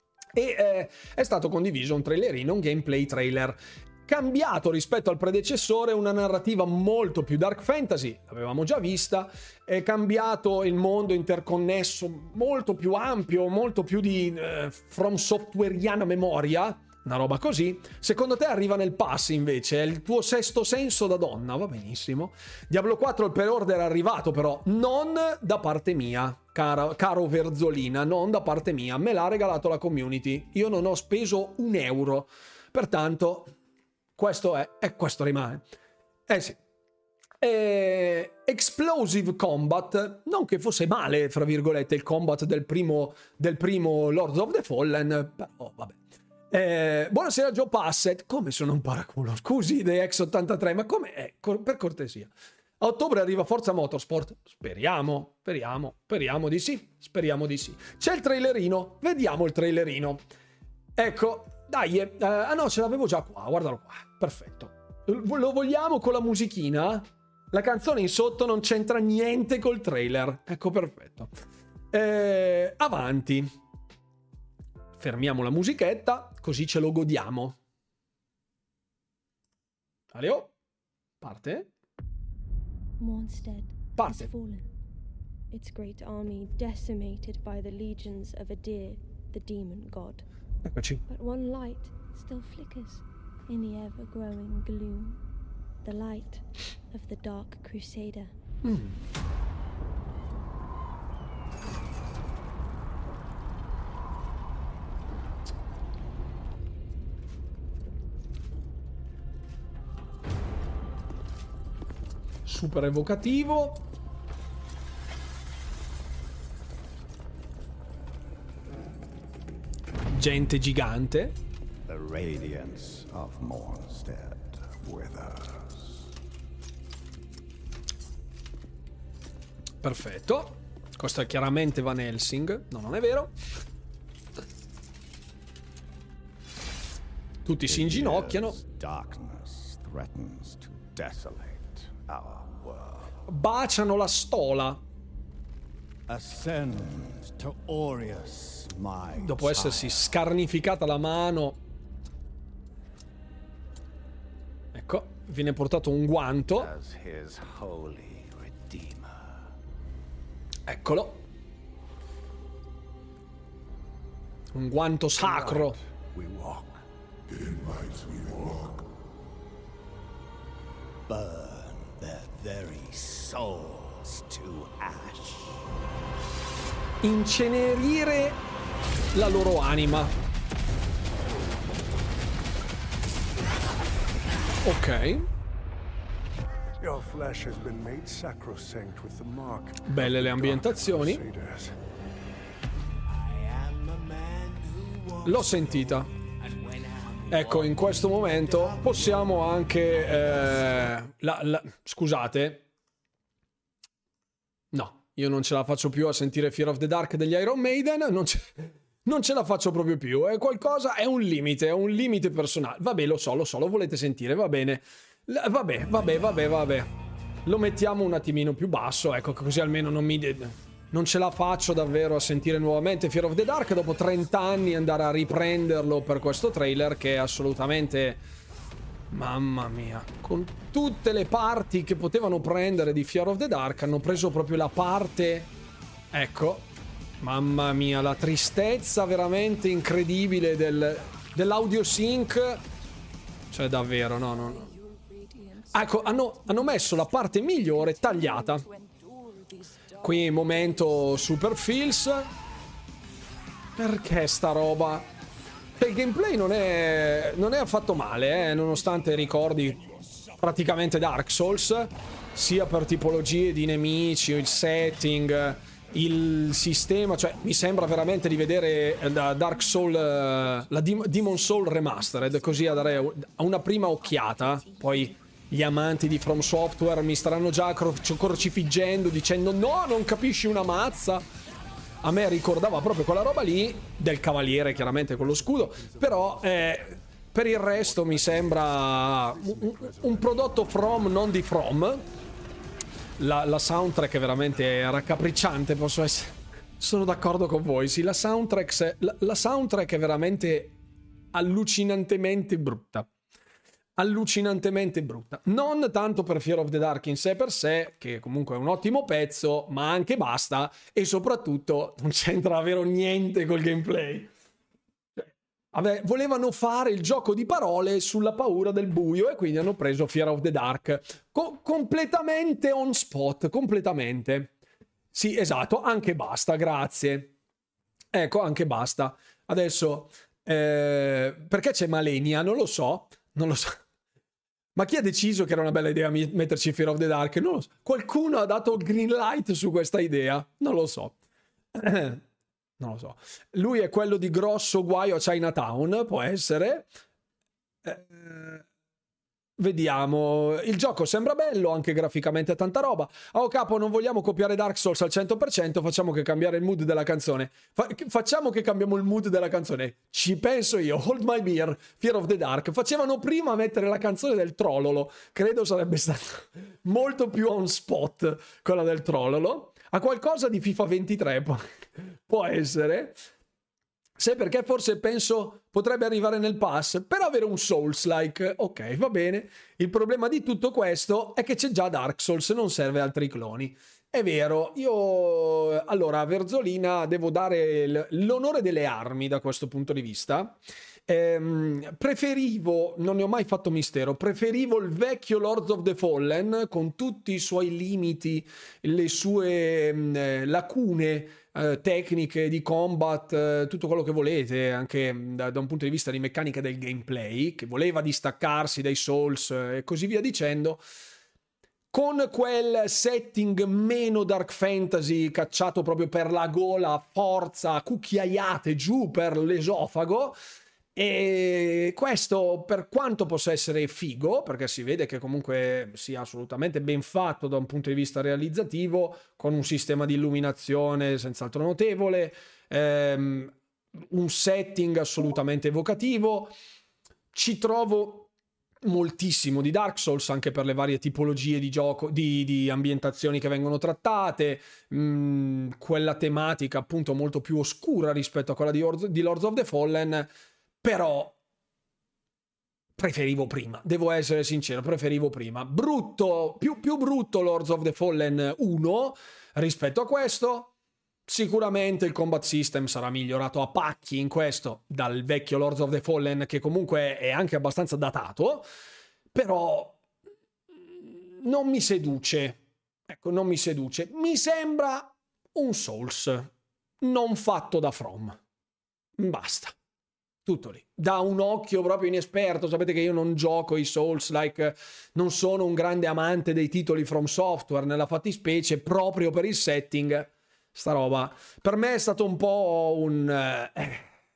E eh, è stato condiviso un trailerino, un gameplay trailer cambiato rispetto al predecessore, una narrativa molto più dark fantasy, l'avevamo già vista, è cambiato il mondo interconnesso, molto più ampio, molto più di eh, from softwareiana memoria, una roba così. Secondo te arriva nel pass invece? È il tuo sesto senso da donna? Va benissimo. Diablo quattro il pre-order è arrivato, però non da parte mia, cara, caro Verzolina, non da parte mia. Me l'ha regalato la community. Io non ho speso un euro. Pertanto, questo è e questo rimane. Eh sì. E... Explosive Combat, non che fosse male, fra virgolette, il combat del primo, del primo Lords of the Fallen, però vabbè. Eh, buonasera Joe Passet, come sono un paraculo, scusi The X ottantatré, ma come è? Per cortesia. A ottobre arriva Forza Motorsport, speriamo, speriamo, speriamo di sì, speriamo di sì. C'è il trailerino, vediamo il trailerino. Ecco, dai, eh, ah no, ce l'avevo già qua, guardalo qua, perfetto. Lo vogliamo con la musichina? La canzone in sotto non c'entra niente col trailer, ecco, perfetto. Eh, avanti. Fermiamo la musichetta, così ce lo godiamo. Aleo, parte. Mornstead Parte. has fallen, its great army decimated by the legions of Adir, the demon god. Eccoci. But one light still flickers in the ever-growing gloom, the light of the Dark Crusader. Mm. Super evocativo. gente gigante. The radiance of Mornstead withers. Perfetto. Questo è chiaramente Van Helsing. No, non è vero. Tutti si inginocchiano. Darkness threatens to desolate our world. Baciano la stola. Ascend to Aureus, my Dopo essersi scarnificata la mano. Ecco, viene portato un guanto. as his holy redeemer. Eccolo. Un guanto sacro. We walk. Burn their very souls to ash. Incenerire la loro anima. Ok. Your flesh has been made sacrosanct with the mark. Belle le ambientazioni. L'ho sentita. Ecco, in questo momento possiamo anche... Eh, la, la, scusate. No, io non ce la faccio più a sentire Fear of the Dark degli Iron Maiden. Non ce, non ce la faccio proprio più. È qualcosa, è un limite, è un limite personale. Vabbè, lo so, lo so, lo volete sentire, va bene. L- vabbè, vabbè, vabbè, vabbè. Lo mettiamo un attimino più basso, ecco, così almeno non mi... Non ce la faccio davvero a sentire nuovamente Fear of the Dark dopo trenta anni, andare a riprenderlo per questo trailer che è assolutamente... Mamma mia. Con tutte le parti che potevano prendere di Fear of the Dark hanno preso proprio la parte... Ecco. Mamma mia, la tristezza veramente incredibile del, dell'audio sync. Cioè davvero, no, no, no. Ecco, hanno, hanno messo la parte migliore tagliata. Qui momento Super Feels. Perché sta roba? Il gameplay non è, non è affatto male, eh, nonostante ricordi praticamente Dark Souls, sia per tipologie di nemici, il setting, il sistema, cioè mi sembra veramente di vedere la Dark Soul, la Demon Soul Remastered, così a dare una prima occhiata. Poi gli amanti di From Software mi staranno già cro- crocifiggendo dicendo no, non capisci una mazza. A me ricordava proprio quella roba lì del cavaliere, chiaramente con lo scudo, però eh, per il resto mi sembra un, un prodotto From, non di From. La, la soundtrack è veramente raccapricciante, posso essere... Sono d'accordo con voi, sì, la soundtrack, la, la soundtrack è veramente allucinantemente brutta. Allucinantemente brutta. Non tanto per Fear of the Dark in sé per sé, che comunque è un ottimo pezzo, ma anche basta, e soprattutto non c'entra davvero niente col gameplay. Vabbè, volevano fare il gioco di parole sulla paura del buio e quindi hanno preso Fear of the Dark. Co- completamente on spot, completamente. Sì, esatto, anche basta, grazie. Ecco, anche basta. Adesso, eh, perché c'è Malenia? Non lo so, non lo so. Ma chi ha deciso che era una bella idea metterci Fear of the Dark? Non lo so. Qualcuno ha dato il green light su questa idea? Non lo so. Non lo so. Lui è quello di grosso guaio a Chinatown, può essere. Eh, vediamo. Il gioco sembra bello, anche graficamente tanta roba. Oh capo, non vogliamo copiare Dark Souls al cento per cento, facciamo che cambiare il mood della canzone. Fa- facciamo che cambiamo il mood della canzone. Ci penso io. Hold My Beer, Fear of the Dark. Facevano prima mettere la canzone del Trollolo. Credo sarebbe stato molto più on spot quella del Trollolo. Ha qualcosa di FIFA ventitré, può, può essere. Se perché forse penso potrebbe arrivare nel pass per avere un Souls-like. Ok, va bene. Il problema di tutto questo è che c'è già Dark Souls, non serve altri cloni. È vero, io allora a Verzolina devo dare l- l'onore delle armi da questo punto di vista. Ehm, preferivo, non ne ho mai fatto mistero, preferivo il vecchio Lords of the Fallen con tutti i suoi limiti, le sue mh, lacune eh, tecniche di combat, eh, tutto quello che volete, anche da, da un punto di vista di meccanica del gameplay, che voleva distaccarsi dai Souls eh, e così via dicendo. con quel setting meno dark fantasy cacciato proprio per la gola, forza, cucchiaiate giù per l'esofago. E questo, per quanto possa essere figo, perché si vede che comunque sia assolutamente ben fatto da un punto di vista realizzativo, con un sistema di illuminazione senz'altro notevole, ehm, un setting assolutamente evocativo, ci trovo moltissimo di Dark Souls anche per le varie tipologie di gioco, di, di ambientazioni che vengono trattate, mh, quella tematica appunto molto più oscura rispetto a quella di, Or- di Lords of the Fallen. Però preferivo prima, devo essere sincero, preferivo prima. Brutto, più, più brutto Lords of the Fallen uno rispetto a questo. Sicuramente il combat system sarà migliorato a pacchi in questo dal vecchio Lords of the Fallen, che comunque è anche abbastanza datato, però non mi seduce. Ecco, non mi seduce. Mi sembra un Souls non fatto da From. Basta. Tutto lì. Da un occhio proprio inesperto, sapete che io non gioco i Souls-like, non sono un grande amante dei titoli From Software nella fattispecie, proprio per il setting, sta roba per me è stato un po' un eh,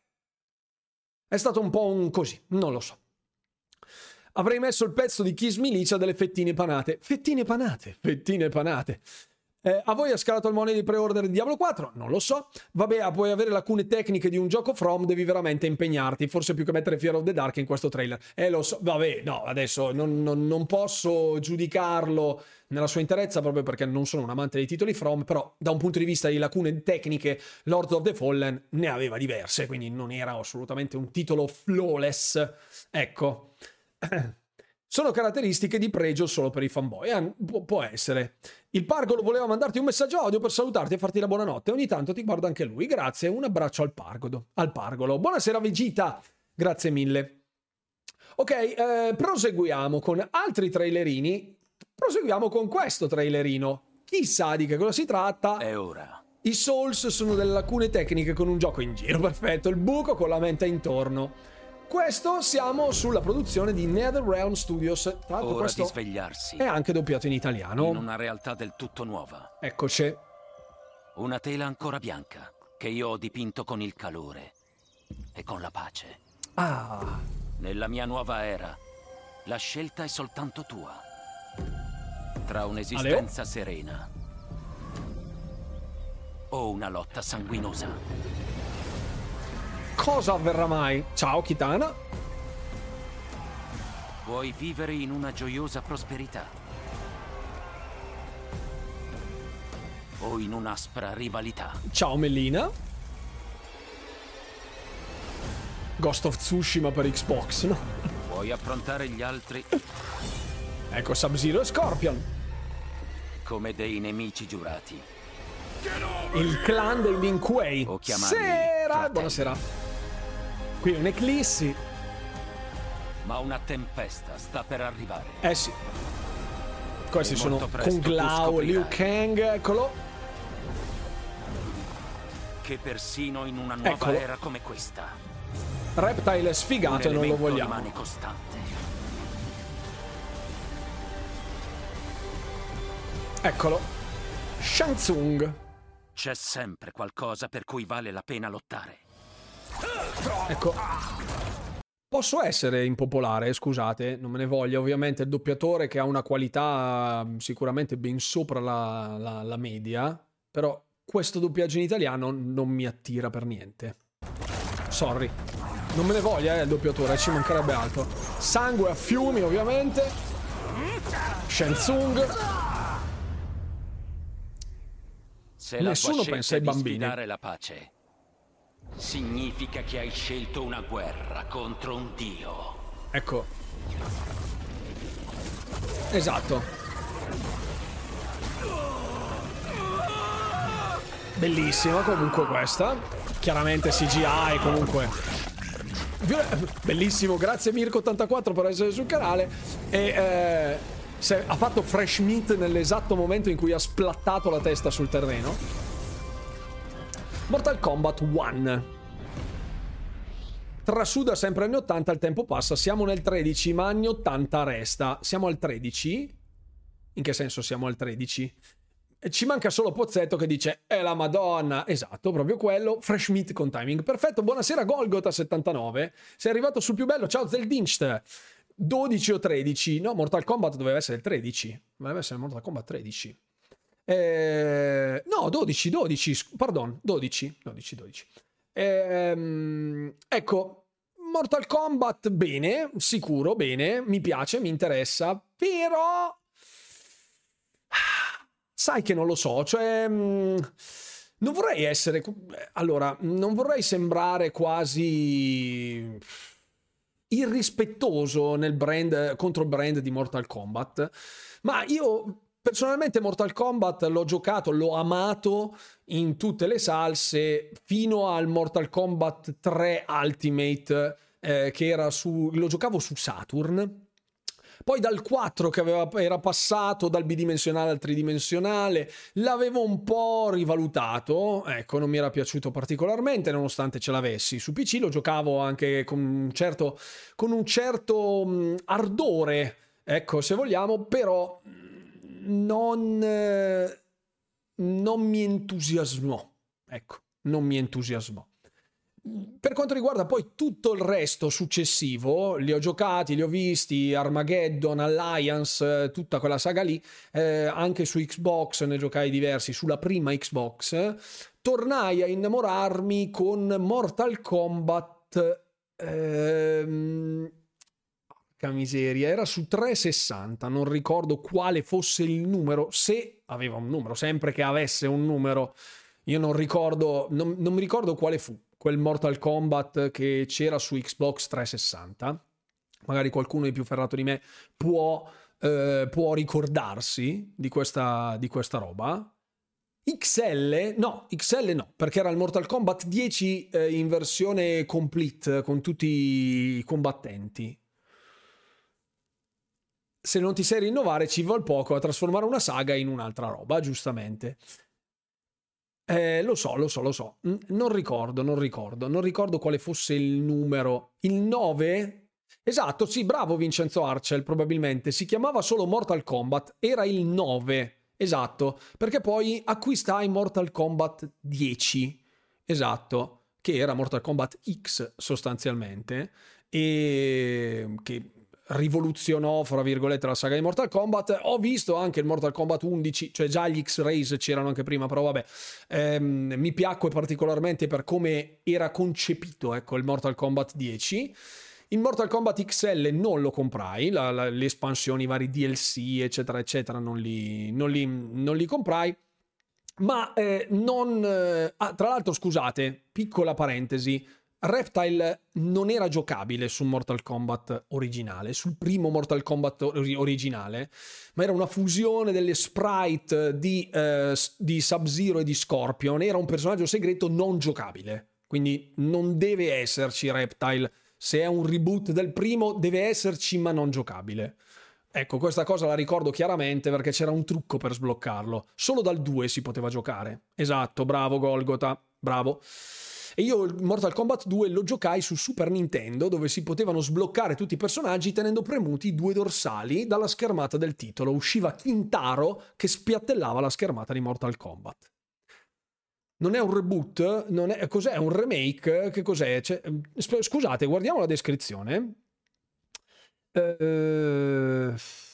è stato un po' un così, non lo so. Avrei messo il pezzo di Kiss Milicia delle fettine panate. Fettine panate, fettine panate. Eh, a voi ha scalato il money di pre-order di Diablo quattro? Non lo so. Vabbè, puoi avere lacune tecniche di un gioco From, devi veramente impegnarti, forse più che mettere Fear of the Dark in questo trailer. Eh, lo so, vabbè, no, adesso non, non, non posso giudicarlo nella sua interezza proprio perché non sono un amante dei titoli From, però da un punto di vista di lacune tecniche Lords of the Fallen ne aveva diverse, quindi non era assolutamente un titolo flawless. Ecco. Sono caratteristiche di pregio solo per i fanboy. Eh, pu- può essere. Il Pargolo voleva mandarti un messaggio audio per salutarti e farti la buonanotte. Ogni tanto ti guarda anche lui. Grazie, un abbraccio al Pargolo. Al Pargolo. Buonasera Vegeta. Grazie mille. Ok, eh, proseguiamo con altri trailerini. Proseguiamo con questo trailerino. Chissà di che cosa si tratta. È ora. I Souls sono delle lacune tecniche con un gioco in giro. Perfetto. Il buco con la menta intorno. Questo siamo sulla produzione di NetherRealm Studios. Tra l'altro Ora questo di svegliarsi è anche doppiato in italiano. in una realtà del tutto nuova. Eccoci. Una tela ancora bianca che io ho dipinto con il calore e con la pace. Ah, Nella mia nuova era, la scelta è soltanto tua. Tra un'esistenza serena o una lotta sanguinosa. cosa avverrà mai? Ciao Kitana. Vuoi vivere in una gioiosa prosperità o in un'aspra rivalità? Ciao Melina. Ghost of Tsushima per Xbox, no? Vuoi affrontare gli altri Ecco Sub-Zero e Scorpion. come dei nemici giurati? Il clan dei Lin Kuei. O chiamarli Sera, fratelli. buonasera. Qui un'eclissi. Ma una tempesta sta per arrivare. Eh sì. Questi E sono molto presto Kung tu Lao, scoprirai Liu Kang, eccolo. Che persino in una nuova Eccolo. era come questa, Reptile è un sfigato e non lo elemento vogliamo. rimane costante. Eccolo. Shang Tsung. C'è sempre qualcosa per cui vale la pena lottare. Ecco. Posso essere impopolare, scusate, non me ne voglia. Ovviamente il doppiatore che ha una qualità mm, sicuramente ben sopra la, la, la media, però questo doppiaggio in italiano non mi attira per niente. Sorry. Non me ne voglia, eh, il doppiatore, ci mancherebbe altro. Sangue a fiumi, ovviamente. Shang Tsung. Se la Nessuno tua scelta pensa ai è di bambini. sfidare la pace, significa che hai scelto una guerra contro un dio. Ecco. Esatto. Bellissima comunque questa. Chiaramente C G I comunque. Bellissimo, grazie Mirko ottantaquattro per essere sul canale. E eh, se ha fatto fresh meat nell'esatto momento in cui ha splattato la testa sul terreno. Mortal Kombat uno. Trasuda sempre anni ottanta, il tempo passa, siamo nel tredici, ma anni ottanta resta. Siamo al tredici? In che senso siamo al tredici? Ci manca solo Pozzetto che dice è la Madonna. Esatto, proprio quello. Fresh meat con timing perfetto. Buonasera Golgota settantanove, sei arrivato sul più bello. Ciao Zeldinst. Dodici o tredici? No, Mortal Kombat doveva essere il tredici. Doveva essere Mortal Kombat tredici. Eh, no, dodici, dodici, pardon, dodici, dodici, dodici. Eh, ecco, Mortal Kombat bene, sicuro, bene, mi piace, mi interessa, però sai che non lo so, cioè non vorrei essere, allora, non vorrei sembrare quasi irrispettoso nel brand, contro il brand di Mortal Kombat, ma io personalmente Mortal Kombat l'ho giocato, l'ho amato in tutte le salse fino al Mortal Kombat tre Ultimate, eh, che era su, lo giocavo su Saturn. Poi dal quattro che aveva, era passato dal bidimensionale al tridimensionale, l'avevo un po' rivalutato, ecco, non mi era piaciuto particolarmente nonostante ce l'avessi. Su P C lo giocavo anche con un certo, con un certo mh, ardore, ecco, se vogliamo, però non, eh, non mi entusiasmò, ecco, non mi entusiasmò. Per quanto riguarda poi tutto il resto successivo, li ho giocati, li ho visti, Armageddon, Alliance, tutta quella saga lì, eh, anche su Xbox ne giocai diversi, sulla prima Xbox, tornai a innamorarmi con Mortal Kombat, ehm, porca miseria, era su trecentosessanta, non ricordo quale fosse il numero, se aveva un numero, sempre che avesse un numero, io non ricordo, non, non mi ricordo quale fu quel Mortal Kombat che c'era su Xbox trecentosessanta. Magari qualcuno di più ferrato di me può, eh, può ricordarsi di questa, di questa roba. X L, no, X L no, perché era il Mortal Kombat dieci eh, in versione complete con tutti i combattenti. Se non ti sai rinnovare ci vuol poco a trasformare una saga in un'altra roba, giustamente. Eh, lo so, lo so, lo so. Non ricordo, non ricordo. Non ricordo quale fosse il numero. Il nove? Esatto, sì, bravo Vincenzo Arcel, probabilmente. Si chiamava solo Mortal Kombat. Era il nove. Esatto. Perché poi acquistai Mortal Kombat dieci. Esatto. Che era Mortal Kombat X, sostanzialmente. E che rivoluzionò, fra virgolette, la saga di Mortal Kombat. Ho visto anche il Mortal Kombat undici, cioè già gli X-Rays c'erano anche prima, però vabbè, ehm, mi piacque particolarmente per come era concepito, ecco, il Mortal Kombat dieci. Il Mortal Kombat X L non lo comprai, la, la, le espansioni, i vari D L C, eccetera, eccetera, non li, non li, non li comprai. Ma eh, non... Eh, ah, tra l'altro, scusate, piccola parentesi, Reptile non era giocabile su Mortal Kombat originale, sul primo Mortal Kombat originale, ma era una fusione delle sprite di, eh, di Sub-Zero e di Scorpion. Era un personaggio segreto non giocabile, quindi non deve esserci Reptile. Se è un reboot del primo deve esserci, ma non giocabile. Ecco, questa cosa la ricordo chiaramente perché c'era un trucco per sbloccarlo. Solo dal due si poteva giocare. Esatto, bravo Golgota, bravo. E io il Mortal Kombat due lo giocai su Super Nintendo, dove si potevano sbloccare tutti i personaggi tenendo premuti i due dorsali dalla schermata del titolo. Usciva Kintaro che spiattellava la schermata di Mortal Kombat. Non è un reboot? Non è, cos'è? È un remake? Che cos'è? Cioè, scusate, guardiamo la descrizione. Eh...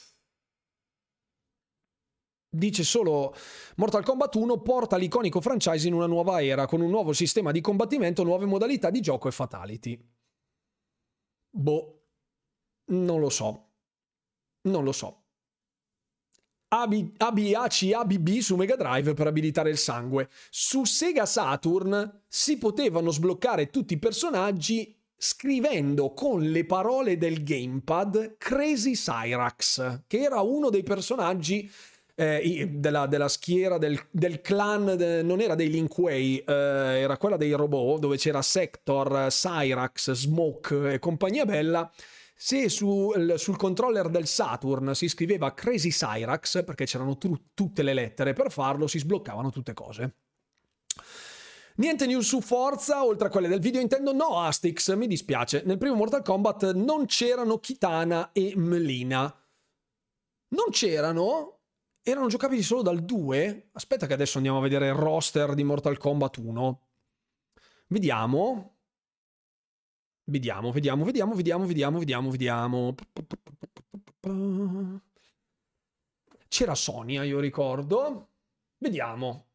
Dice solo Mortal Kombat uno porta l'iconico franchise in una nuova era con un nuovo sistema di combattimento, nuove modalità di gioco e fatality. Boh, non lo so. Non lo so. A B A C A B B su Mega Drive per abilitare il sangue. Su Sega Saturn si potevano sbloccare tutti i personaggi scrivendo con le parole del gamepad Crazy Cyrax, che era uno dei personaggi Eh, della, della schiera del, del clan, de, non era dei Lin Kuei, eh, era quella dei robot, dove c'era Sector, Cyrax, Smoke e compagnia bella. Se su, il, sul controller del Saturn si scriveva Crazy Cyrax, perché c'erano tu, tutte le lettere per farlo, si sbloccavano tutte cose. Niente news su Forza, oltre a quelle del video Nintendo. No, Astix, mi dispiace, nel primo Mortal Kombat non c'erano Kitana e Melina. Non c'erano... erano giocabili solo dal due? Aspetta che adesso andiamo a vedere il roster di Mortal Kombat uno. Vediamo. Vediamo, vediamo, vediamo, vediamo, vediamo, vediamo, vediamo. C'era Sonya, io ricordo. Vediamo.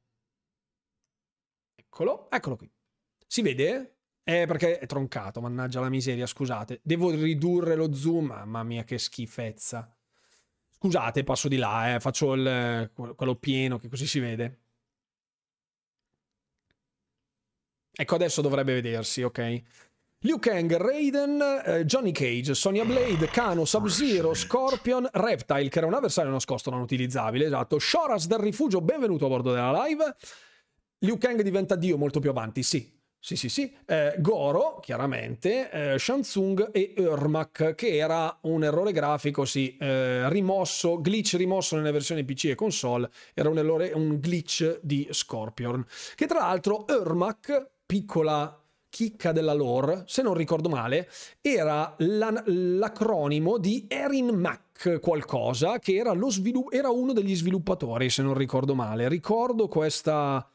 Eccolo, eccolo qui. Si vede? Eh, perché è troncato, mannaggia la miseria, scusate. Devo ridurre lo zoom, mamma mia che schifezza. Scusate, passo di là, eh, faccio il, quello pieno, che così si vede. Ecco, adesso dovrebbe vedersi, ok? Liu Kang, Raiden, eh, Johnny Cage, Sonya Blade, Kano, Sub-Zero, Scorpion, Reptile, che era un avversario nascosto non utilizzabile, esatto. Shoras del rifugio, benvenuto a bordo della live. Liu Kang diventa Dio molto più avanti, sì. Sì, sì, sì. Eh, Goro, chiaramente, eh, Shang Tsung e Ermac, che era un errore grafico, sì, eh, rimosso, glitch rimosso nelle versioni P C e console, era un, errore, un glitch di Scorpion. Che tra l'altro Ermac, piccola chicca della lore, se non ricordo male, era la, l'acronimo di Erin Mac qualcosa, che era, lo svilu- era uno degli sviluppatori, se non ricordo male. Ricordo questa...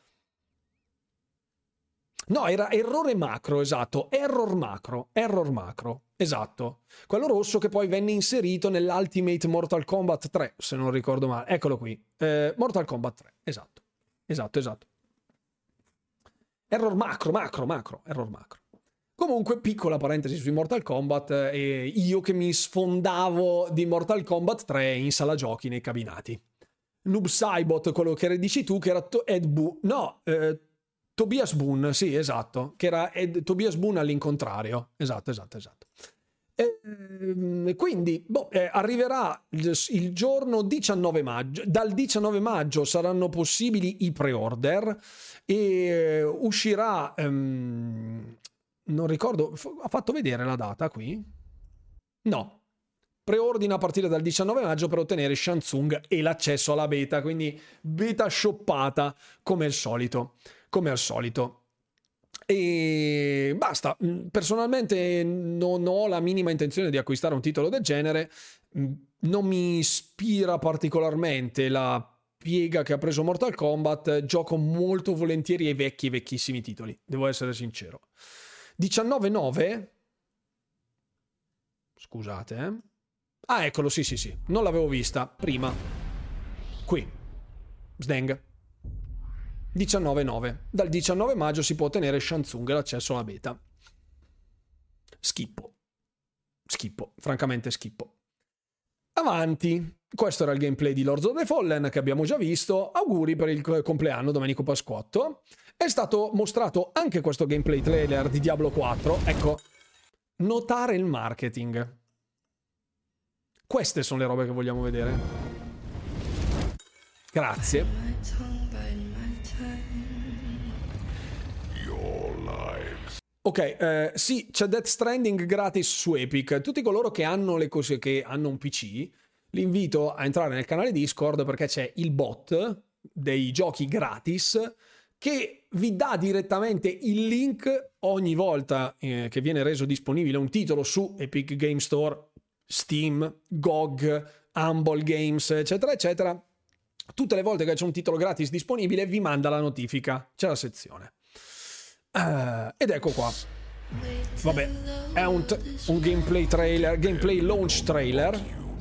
No, era errore macro, esatto, error macro, error macro, esatto. Quello rosso che poi venne inserito nell'Ultimate Mortal Kombat tre, se non ricordo male. Eccolo qui, eh, Mortal Kombat tre, esatto, esatto, esatto. Error macro, macro, macro, error macro. Comunque, piccola parentesi sui Mortal Kombat, eh, io che mi sfondavo di Mortal Kombat tre in sala giochi nei cabinati. Noob Saibot, quello che dici tu, che era Ed Boon, no, eh, Tobias Boon, sì, esatto, che era Ed, Tobias Boon all'incontrario, esatto, esatto, esatto. E, quindi, boh, eh, arriverà il, il giorno diciannove maggio, dal diciannove maggio saranno possibili i pre-order e uscirà, um, non ricordo, ha fatto vedere la data qui? No. Preordina a partire dal diciannove maggio per ottenere Shang Tsung e l'accesso alla beta, quindi beta shoppata come al solito. Come al solito. E basta. Personalmente non ho la minima intenzione di acquistare un titolo del genere. Non mi ispira particolarmente la piega che ha preso Mortal Kombat. Gioco molto volentieri ai vecchi, vecchissimi titoli. Devo essere sincero. diciannove nove. Scusate, eh. Ah, eccolo, sì, sì, sì. Non l'avevo vista prima. Qui. Sdeng. diciannove nove. Dal diciannove maggio si può ottenere Shang Tsung e l'accesso alla beta. Schippo. Schippo. Francamente schippo. Avanti. Questo era il gameplay di Lords of the Fallen che abbiamo già visto. Auguri per il compleanno, Domenico Pasquotto. È stato mostrato anche questo gameplay trailer di Diablo quattro. Ecco. Notare il marketing. Queste sono le robe che vogliamo vedere. Grazie. Ok, eh, sì, c'è Death Stranding gratis su Epic. Tutti coloro che hanno le cose, che hanno un P C, li invito a entrare nel canale Discord perché c'è il bot dei giochi gratis che vi dà direttamente il link ogni volta eh, che viene reso disponibile un titolo su Epic Game Store, Steam, G O G, Humble Games, eccetera, eccetera. Tutte le volte che c'è un titolo gratis disponibile vi manda la notifica, c'è la sezione. Uh, ed ecco qua. Vabbè, è un, t- un gameplay trailer, gameplay launch trailer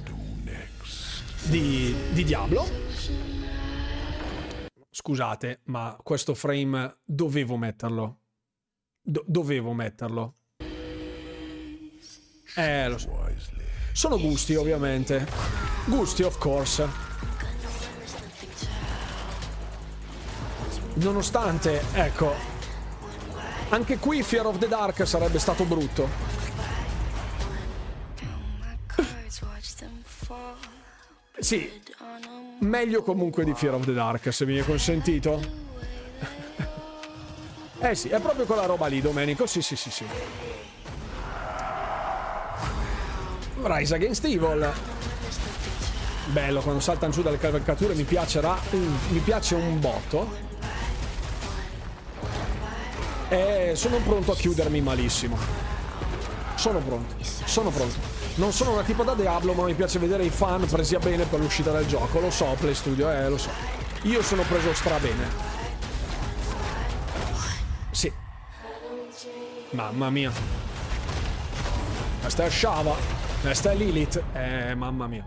di, di Diablo. Scusate, ma questo frame dovevo metterlo. Do- dovevo metterlo. Eh, lo so. Sono gusti, ovviamente. Gusti, of course. Nonostante, ecco, anche qui Fear of the Dark sarebbe stato brutto. Sì, meglio comunque di Fear of the Dark, se mi è consentito. Eh sì, è proprio quella roba lì, Domenico, sì sì sì sì. Rise Against Evil. Bello, quando saltano giù dalle cavalcature mi piacerà, mi piace un botto. E sono pronto a chiudermi malissimo. Sono pronto, sono pronto. Non sono una tipo da Diablo, ma mi piace vedere i fan presi a bene per l'uscita del gioco. Lo so, Play Studio, eh, lo so. Io sono preso stra bene. Sì. Mamma mia. Questa è Shava. Questa è Lilith. Eh, mamma mia.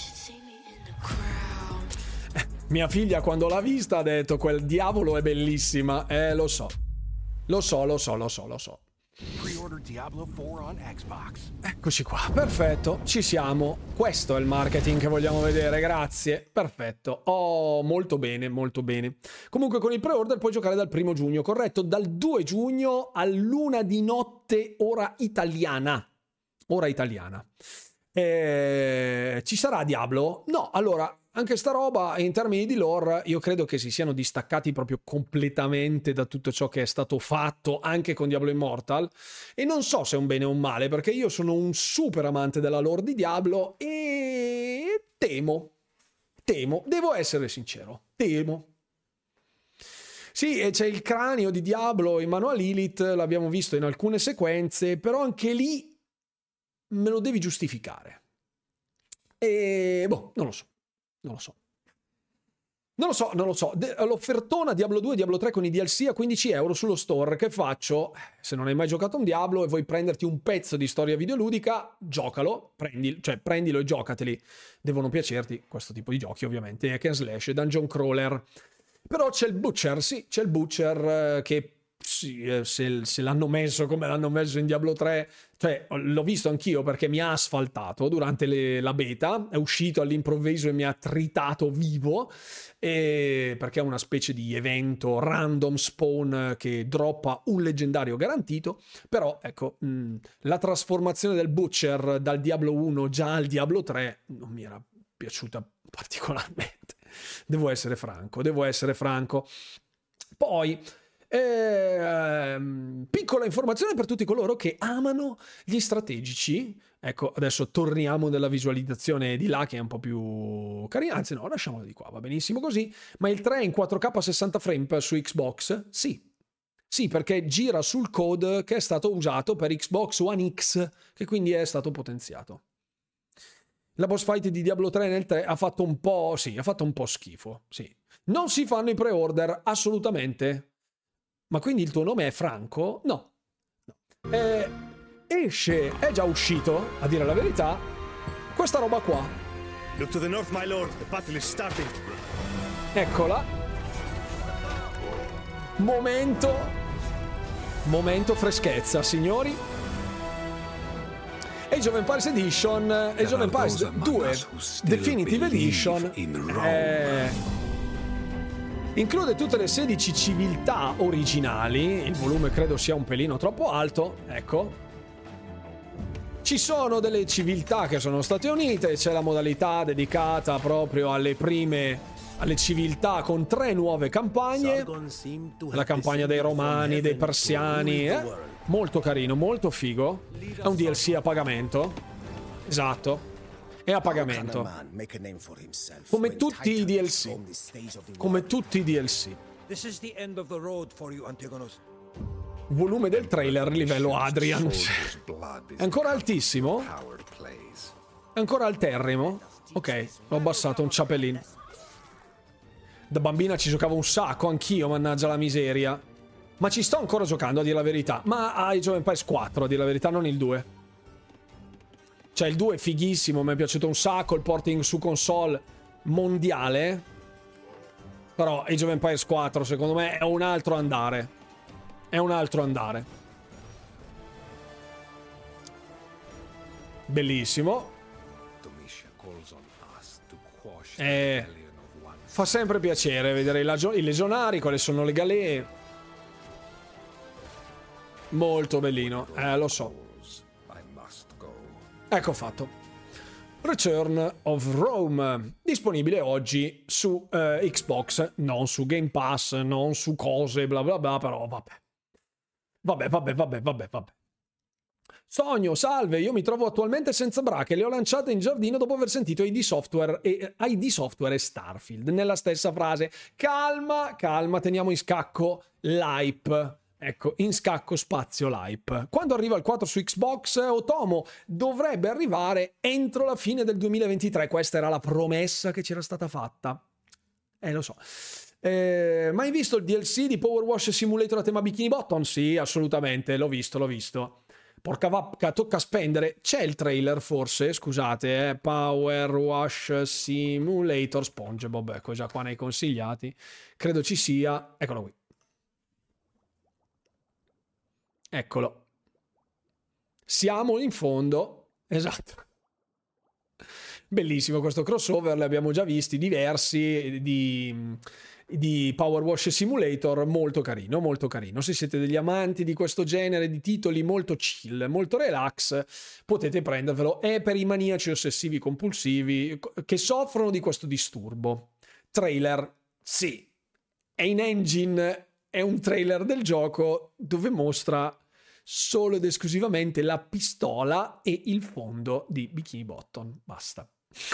Eh, mia figlia quando l'ha vista ha detto quel diavolo è bellissima. Eh, lo so. Lo so, lo so, lo so, lo so. Pre-order Diablo four on Xbox. Eccoci qua, perfetto, ci siamo. Questo è il marketing che vogliamo vedere, grazie. Perfetto. Oh, molto bene, molto bene. Comunque con il pre-order puoi giocare dal primo giugno, corretto? Dal due giugno all'una di notte ora italiana. Ora italiana. Eh, ci sarà Diablo? No, allora, anche sta roba in termini di lore io credo che si siano distaccati proprio completamente da tutto ciò che è stato fatto anche con Diablo Immortal, e non so se è un bene o un male, perché io sono un super amante della lore di Diablo e temo, temo, devo essere sincero, temo. Sì, e c'è il cranio di Diablo in mano a Lilith, l'abbiamo visto in alcune sequenze, però anche lì me lo devi giustificare. E boh, non lo so. Non lo so. Non lo so, non lo so. De- l'offertona Diablo due e Diablo tre con i D L C a quindici euro sullo store. Che faccio? Se non hai mai giocato un Diablo e vuoi prenderti un pezzo di storia videoludica, giocalo, prendi, cioè prendilo e giocateli. Devono piacerti questo tipo di giochi, ovviamente. Hack and slash, dungeon crawler. Però c'è il Butcher, sì, c'è il Butcher eh, che sì, eh, se, se l'hanno messo come l'hanno messo in Diablo tre, cioè l'ho visto anch'io perché mi ha asfaltato durante le, la beta, è uscito all'improvviso e mi ha tritato vivo, e, perché è una specie di evento random spawn che droppa un leggendario garantito. Però ecco, mh, la trasformazione del Butcher dal Diablo uno già al Diablo tre non mi era piaciuta particolarmente, devo essere franco, devo essere franco. Poi Eh, piccola informazione per tutti coloro che amano gli strategici. Ecco, adesso torniamo nella visualizzazione di là che è un po' più carina, anzi no, lasciamolo di qua, va benissimo così. Ma il tre in quattro K sessanta frame su Xbox? Sì. Sì, perché gira sul code che è stato usato per Xbox One X, che quindi è stato potenziato. La boss fight di Diablo tre nel tre ha fatto un po', sì, ha fatto un po' schifo, sì. Non si fanno i pre-order, assolutamente. Ma quindi il tuo nome è Franco? No. no. Eh, esce, è già uscito, a dire la verità, questa roba qua. Look to the north, my lord. The battle is starting. Eccola. Momento. Momento freschezza, signori. Age of Empires Edition, Age of Empires due Definitive Edition. Eh... Include tutte le sedici civiltà originali, il volume credo sia un pelino troppo alto, ecco. Ci sono delle civiltà che sono state unite, c'è la modalità dedicata proprio alle prime, alle civiltà con tre nuove campagne, la campagna dei Romani, dei Persiani, eh? Molto carino, molto figo, è un D L C a pagamento, esatto. È a pagamento, come tutti i D L C, come tutti i D L C. Volume del trailer livello Adrian. È ancora altissimo? È ancora alterrimo? Ok, l'ho abbassato un ciapellino. Da bambina ci giocavo un sacco, anch'io, mannaggia la miseria. Ma ci sto ancora giocando, a dire la verità. Ma a Age of Empires quattro, a dire la verità, non il due. Cioè il due è fighissimo, mi è piaciuto un sacco, il porting su console mondiale. Però Age of Empires quattro secondo me è un altro andare. È un altro andare. Bellissimo. Eh, fa sempre piacere vedere i legionari, quali sono le galee. Molto bellino, eh lo so. Ecco fatto. Return of Rome, disponibile oggi su eh, Xbox, non su Game Pass, non su cose bla bla bla, però vabbè. Vabbè, vabbè, vabbè, vabbè, vabbè. Sogno, salve, io mi trovo attualmente senza brache, le ho lanciate in giardino dopo aver sentito I D Software e I D Software e Starfield nella stessa frase. Calma, calma, teniamo in scacco l'hype. Ecco, in scacco spazio l'hype. Quando arriva il quattro su Xbox, Otomo dovrebbe arrivare entro la fine del duemilaventitré. Questa era la promessa che c'era stata fatta. Eh, lo so. Eh, mai visto il D L C di Power Wash Simulator a tema Bikini Bottom? Sì, assolutamente, l'ho visto, l'ho visto. Porca vacca, tocca spendere. C'è il trailer forse? Scusate, eh? Power Wash Simulator SpongeBob, ecco, già qua nei consigliati. Credo ci sia. Eccolo qui. Eccolo. Siamo in fondo. Esatto. Bellissimo questo crossover, li abbiamo già visti diversi di, di Power Wash Simulator, molto carino, molto carino. Se siete degli amanti di questo genere di titoli molto chill, molto relax, potete prendervelo. È per i maniaci ossessivi compulsivi che soffrono di questo disturbo. Trailer, sì. È in engine, è un trailer del gioco dove mostra solo ed esclusivamente la pistola e il fondo di Bikini Bottom. Basta.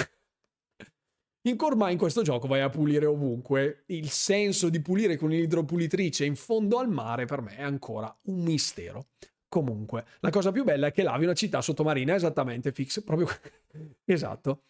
In ormai in questo gioco vai a pulire ovunque. Il senso di pulire con l'idropulitrice in fondo al mare per me è ancora un mistero. Comunque, la cosa più bella è che lavi una città sottomarina, esattamente, fix, proprio esatto.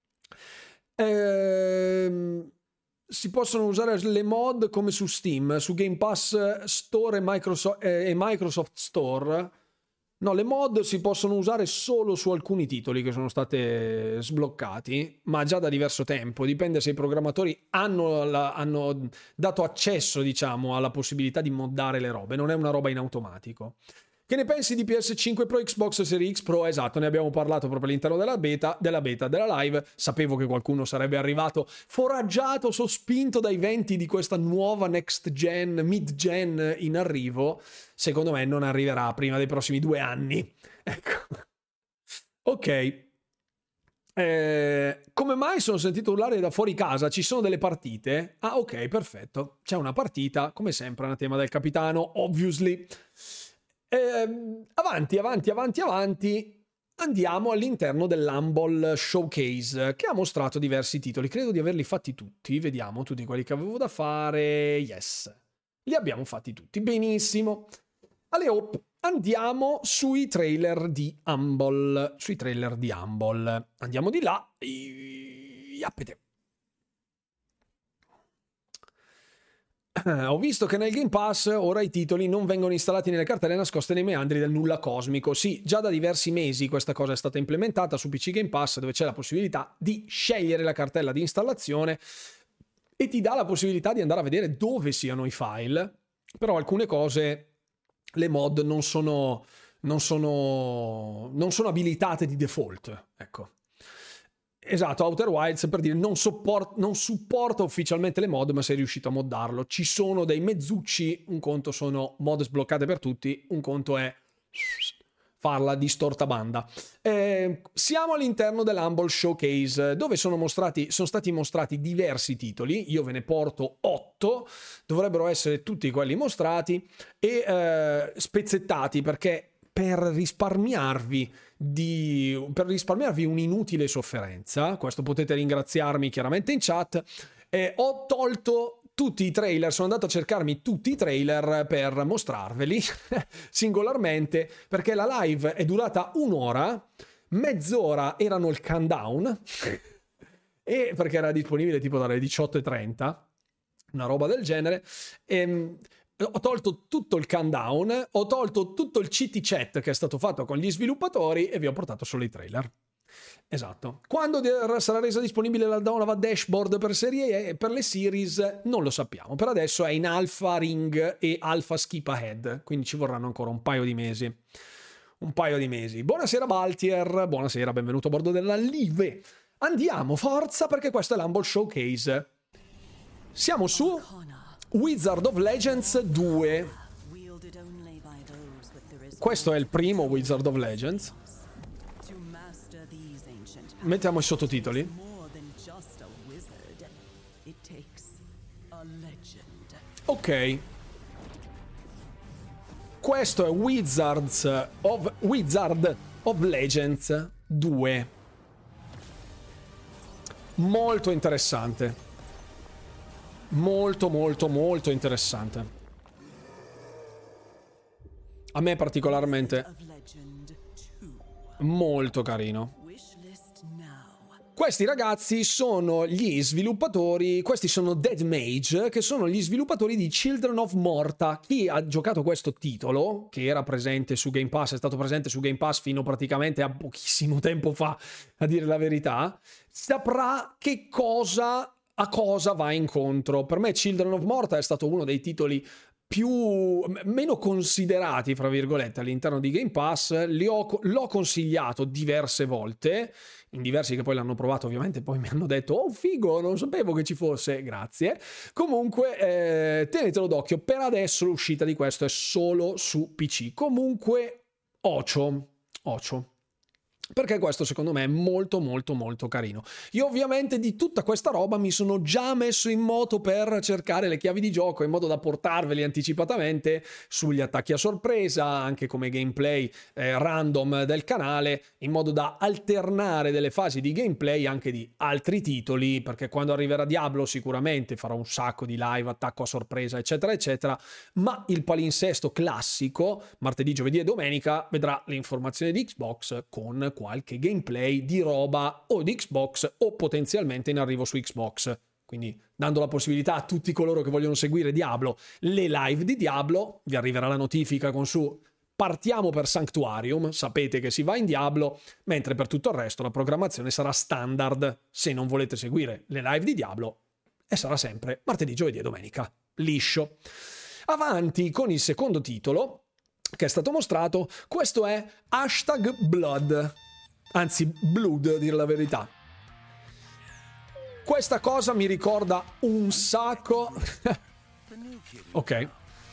Ehm, si possono usare le mod come su Steam, su Game Pass Store e Microsoft, eh, e Microsoft Store. No, le mod si possono usare solo su alcuni titoli che sono state sbloccati, ma già da diverso tempo. Dipende se i programmatori hanno, la, hanno dato accesso, diciamo, alla possibilità di moddare le robe. Non è una roba in automatico. Che ne pensi di P S cinque Pro, Xbox Series X Pro? Esatto, ne abbiamo parlato proprio all'interno della beta, della beta, della live. Sapevo che qualcuno sarebbe arrivato foraggiato, sospinto dai venti di questa nuova next gen, mid gen in arrivo. Secondo me non arriverà prima dei prossimi due anni. Ecco. Ok. Eh, come mai sono sentito urlare da fuori casa? Ci sono delle partite? Ah, ok, perfetto. C'è una partita, come sempre, a tema del capitano, obviously. Eh, avanti, avanti, avanti, avanti. Andiamo all'interno dell'Humble Showcase, che ha mostrato diversi titoli. Credo di averli fatti tutti. Vediamo tutti quelli che avevo da fare. Yes, li abbiamo fatti tutti. Benissimo. Alle op, andiamo sui trailer di Humble. Sui trailer di Humble. Andiamo di là. Iappete. Ho visto che nel Game Pass ora i titoli non vengono installati nelle cartelle nascoste nei meandri del nulla cosmico. Sì, già da diversi mesi questa cosa è stata implementata su P C Game Pass, dove c'è la possibilità di scegliere la cartella di installazione e ti dà la possibilità di andare a vedere dove siano i file. Però alcune cose, le mod non sono, non sono, non sono abilitate di default, ecco. Esatto, Outer Wilds, per dire, non, support, non supporta ufficialmente le mod, ma sei riuscito a moddarlo. Ci sono dei mezzucci, un conto sono mod sbloccate per tutti, un conto è farla di storta banda. Eh, siamo all'interno dell'Humble Showcase, dove sono, mostrati, sono stati mostrati diversi titoli. Io ve ne porto otto, dovrebbero essere tutti quelli mostrati e eh, spezzettati, perché per risparmiarvi di per risparmiarvi un'inutile sofferenza, questo potete ringraziarmi chiaramente in chat, eh, ho tolto tutti i trailer, sono andato a cercarmi tutti i trailer per mostrarveli singolarmente, perché la live è durata un'ora, mezz'ora erano il countdown e perché era disponibile tipo dalle diciotto e trenta, una roba del genere. E ho tolto tutto il countdown, ho tolto tutto il chitty chat che è stato fatto con gli sviluppatori e vi ho portato solo i trailer. Esatto. Quando sarà resa disponibile la nuova dashboard per serie e per le series non lo sappiamo. Per adesso è in alpha ring e alpha skip ahead, quindi ci vorranno ancora un paio di mesi. Un paio di mesi. Buonasera Baltier, buonasera, benvenuto a bordo della live. Andiamo, forza, perché questo è l'Humble Showcase. Siamo su Wizard of Legends due. Questo è il primo Wizard of Legends. Mettiamo i sottotitoli. Ok. Questo è Wizards of Wizard of Legends due. Molto interessante. Molto molto molto interessante. A me particolarmente molto carino. Questi ragazzi sono gli sviluppatori, questi sono Dead Mage, che sono gli sviluppatori di Children of Morta. Chi ha giocato questo titolo, che era presente su Game Pass, è stato presente su Game Pass fino praticamente a pochissimo tempo fa, a dire la verità, saprà che cosa, a cosa va incontro. Per me Children of Morta è stato uno dei titoli più meno considerati, fra virgolette, all'interno di Game Pass. Li ho, l'ho consigliato diverse volte, in diversi che poi l'hanno provato ovviamente poi mi hanno detto oh figo, non sapevo che ci fosse, grazie. Comunque eh, tenetelo d'occhio, per adesso l'uscita di questo è solo su P C. Comunque ocio ocio, perché questo secondo me è molto molto molto carino. Io ovviamente di tutta questa roba mi sono già messo in moto per cercare le chiavi di gioco in modo da portarveli anticipatamente sugli attacchi a sorpresa, anche come gameplay eh, random del canale, in modo da alternare delle fasi di gameplay anche di altri titoli, perché quando arriverà Diablo sicuramente farò un sacco di live, attacco a sorpresa eccetera eccetera, ma il palinsesto classico martedì, giovedì e domenica vedrà l'informazione di Xbox con qualche gameplay di roba o di Xbox o potenzialmente in arrivo su Xbox, quindi dando la possibilità a tutti coloro che vogliono seguire Diablo le live di Diablo. Vi arriverà la notifica con su partiamo per Sanctuarium, sapete che si va in Diablo, mentre per tutto il resto la programmazione sarà standard se non volete seguire le live di Diablo, e sarà sempre martedì, giovedì e domenica, liscio. Avanti con il secondo titolo che è stato mostrato. Questo è Hashtag Blood, anzi Blood a dire la verità. Questa cosa mi ricorda un sacco ok,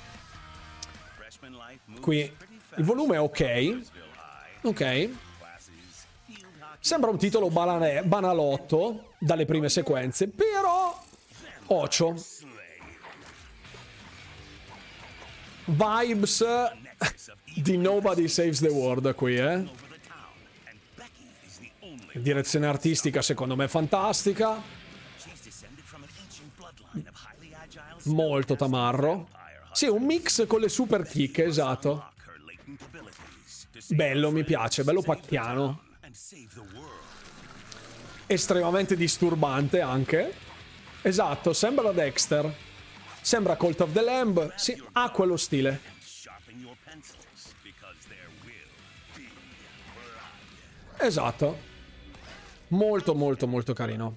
qui il volume è ok ok, sembra un titolo banane, banalotto dalle prime sequenze, però ocio, vibes di Nobody Saves the World qui, eh. Direzione artistica secondo me fantastica, molto tamarro, sì, un mix con le super kick, esatto, bello, mi piace, bello pacchiano, estremamente disturbante anche, esatto, sembra Dexter, sembra Cult of the Lamb, sì, ha quello stile. Esatto, molto molto molto carino.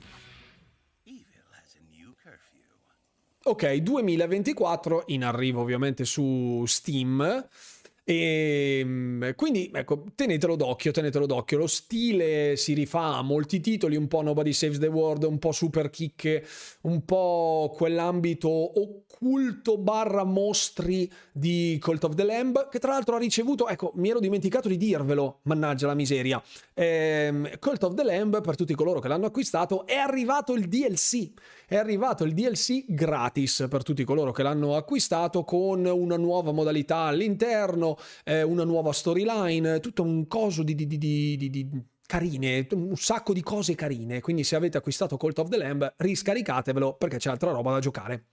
Ok, duemilaventiquattro, in arrivo ovviamente su Steam, e quindi ecco, tenetelo d'occhio, tenetelo d'occhio. Lo stile si rifà a molti titoli, un po' Nobody Saves the World, un po' super chicche, un po' quell'ambito occulto barra mostri di Cult of the Lamb, che tra l'altro ha ricevuto, ecco, mi ero dimenticato di dirvelo, mannaggia la miseria, ehm, Cult of the Lamb, per tutti coloro che l'hanno acquistato, è arrivato il D L C, è arrivato il D L C gratis per tutti coloro che l'hanno acquistato, con una nuova modalità all'interno, eh, una nuova storyline, tutto un coso di, di, di, di, di, di carine, un sacco di cose carine. Quindi se avete acquistato Cult of the Lamb riscaricatevelo, perché c'è altra roba da giocare.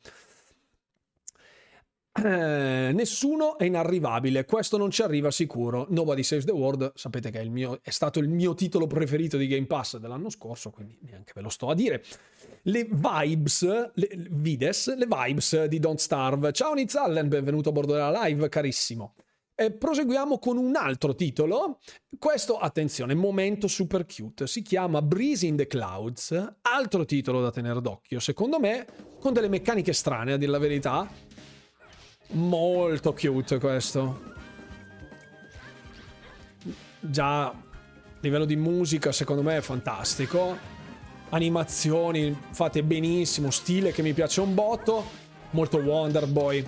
Eh, nessuno è inarrivabile, questo non ci arriva sicuro. Nobody Saves the World, sapete che è, il mio, è stato il mio titolo preferito di Game Pass dell'anno scorso, quindi neanche ve lo sto a dire. Le vibes, le vides, le vibes di Don't Starve. Ciao Nizallen, benvenuto a bordo della live, carissimo. E proseguiamo con un altro titolo. Questo, attenzione, momento super cute, si chiama Breeze in the Clouds, altro titolo da tenere d'occhio secondo me, con delle meccaniche strane a dir la verità. Molto cute questo. Già a livello di musica secondo me è fantastico, animazioni fatte benissimo, stile che mi piace un botto, molto Wonder Boy,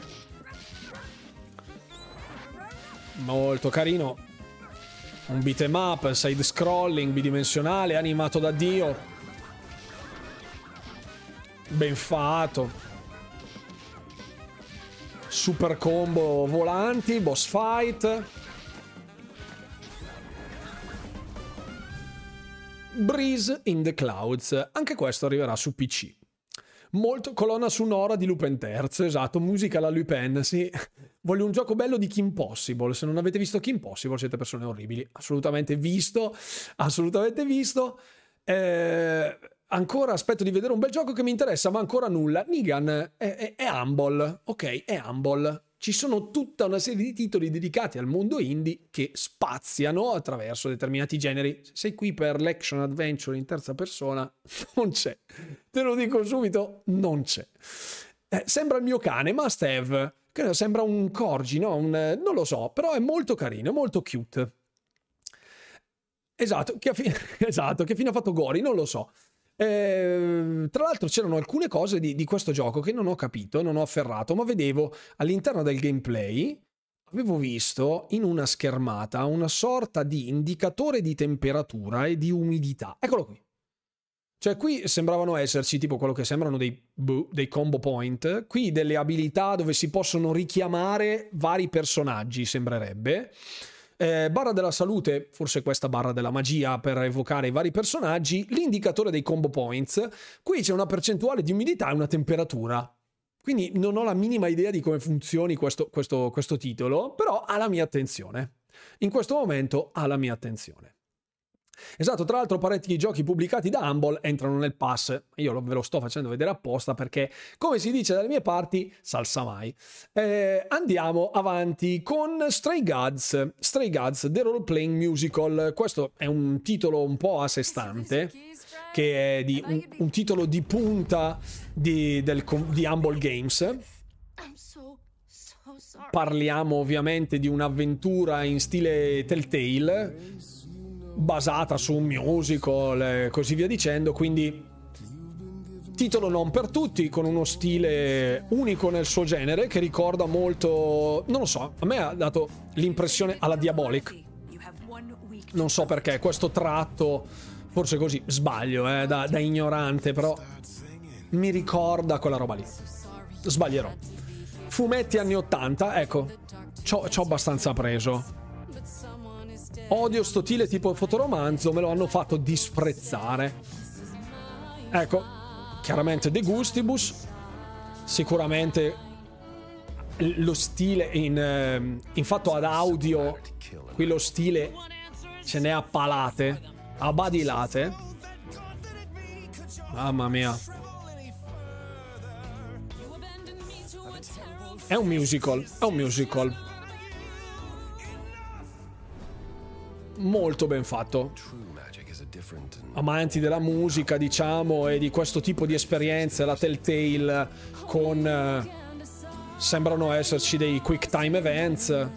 molto carino, un beat'em up, side scrolling, bidimensionale, animato da Dio, ben fatto, super combo volanti, boss fight. Breeze in the Clouds, anche questo arriverà su P C. Molto colonna sonora di Lupin terzo, esatto, musica alla Lupin, sì. Voglio un gioco bello di Kim Possible. Se non avete visto Kim Possible siete persone orribili. Assolutamente visto, assolutamente visto. Eh, ancora aspetto di vedere un bel gioco che mi interessa, ma ancora nulla. Nigan è, è, è Humble, ok, è Humble. Ci sono tutta una serie di titoli dedicati al mondo indie che spaziano attraverso determinati generi. Se sei qui per l'action adventure in terza persona, non c'è. Te lo dico subito, non c'è. Eh, sembra il mio cane, Must Have. Che sembra un corgi, no? Un, non lo so, però è molto carino, è molto cute. Esatto, che, fi- esatto, che fine ha fatto Gori? Non lo so. Eh, tra l'altro c'erano alcune cose di, di questo gioco che non ho capito, non ho afferrato, ma vedevo all'interno del gameplay, avevo visto in una schermata una sorta di indicatore di temperatura e di umidità. Eccolo qui. Cioè qui sembravano esserci tipo quello che sembrano dei, boh, dei combo point, qui delle abilità dove si possono richiamare vari personaggi, sembrerebbe. Eh, barra della salute, forse questa barra della magia per evocare i vari personaggi, l'indicatore dei combo points, qui c'è una percentuale di umidità e una temperatura, quindi non ho la minima idea di come funzioni questo, questo, questo titolo, però ha la mia attenzione, in questo momento ha la mia attenzione. Esatto, tra l'altro parecchi giochi pubblicati da Humble entrano nel pass, io ve lo sto facendo vedere apposta perché, come si dice dalle mie parti, salsa mai. Eh, andiamo avanti con Stray Gods, Stray Gods, The Role Playing Musical. Questo è un titolo un po' a sé stante, che è di, un, un titolo di punta di, del, di Humble Games. Parliamo ovviamente di un'avventura in stile Telltale, basata su un musical e così via dicendo, quindi titolo non per tutti, con uno stile unico nel suo genere che ricorda molto, non lo so, a me ha dato l'impressione alla Diabolic, non so perché, questo tratto, forse così, sbaglio eh, da, da ignorante, però mi ricorda quella roba lì, sbaglierò. Fumetti anni ottanta, ecco, c'ho, c'ho abbastanza preso. Odio sto stile tipo fotoromanzo, me lo hanno fatto disprezzare. Ecco, chiaramente De Gustibus, sicuramente lo stile in, in fatto ad audio, qui lo stile ce n'è a palate, a badilate. Mamma mia. È un musical, è un musical. Molto ben fatto. Amanti della musica, diciamo, e di questo tipo di esperienze, la Telltale con eh, sembrano esserci dei quick time events.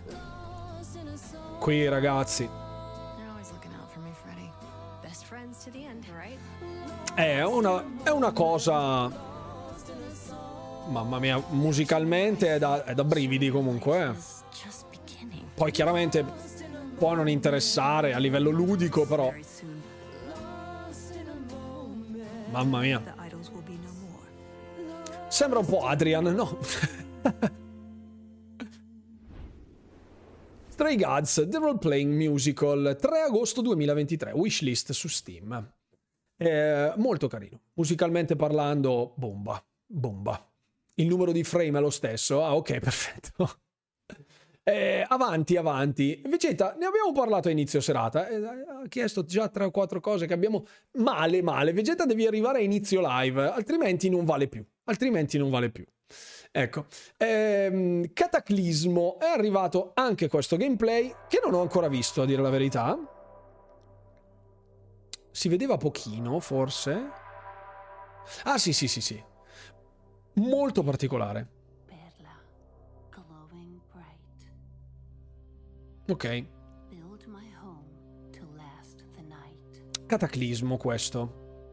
Qui ragazzi è una, è una cosa, mamma mia, musicalmente è da, è da brividi comunque eh. Poi chiaramente può non interessare a livello ludico, però mamma mia, sembra un po' Adrian, no? Stray Gods, The Role Playing Musical, tre agosto duemilaventitré, wishlist su Steam. È molto carino, musicalmente parlando, bomba, bomba. Il numero di frame è lo stesso, ah ok, perfetto. Eh, avanti, avanti. Vegeta, ne abbiamo parlato a inizio serata. Eh, ha chiesto già tre o quattro cose che abbiamo. Male, male. Vegeta, devi arrivare a inizio live, altrimenti non vale più. Altrimenti non vale più. Ecco. Ehm, Cataclismo. È arrivato anche questo gameplay, che non ho ancora visto, a dire la verità. Si vedeva pochino, forse. Ah, sì, sì, sì, sì. Molto particolare. Ok. Cataclismo questo.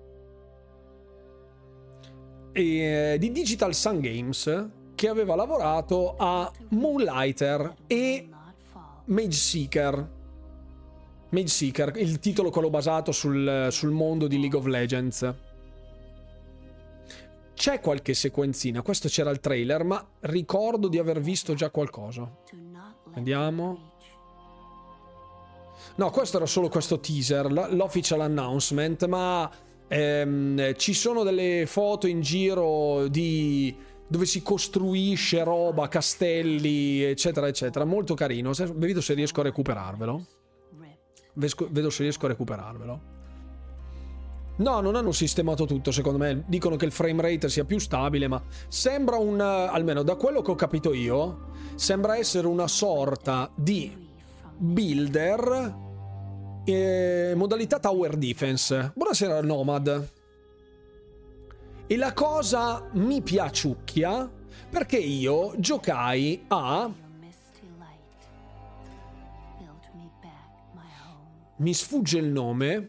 E, di Digital Sun Games, che aveva lavorato a Moonlighter e Mage Seeker. Mage Seeker, il titolo quello basato sul, sul mondo di League of Legends. C'è qualche sequenzina, questo c'era il trailer, ma ricordo di aver visto già qualcosa. Vediamo. No, questo era solo questo teaser, l'official announcement, ma Ehm, ci sono delle foto in giro di dove si costruisce roba, castelli, eccetera, eccetera. Molto carino. Vedo se riesco a recuperarvelo. Vedo se riesco a recuperarvelo. No, non hanno sistemato tutto, secondo me. Dicono che il frame rate sia più stabile, ma sembra un... almeno da quello che ho capito io, sembra essere una sorta di builder eh, modalità tower defense. Buonasera, Nomad. E la cosa mi piaciucchia perché io giocai a... mi sfugge il nome.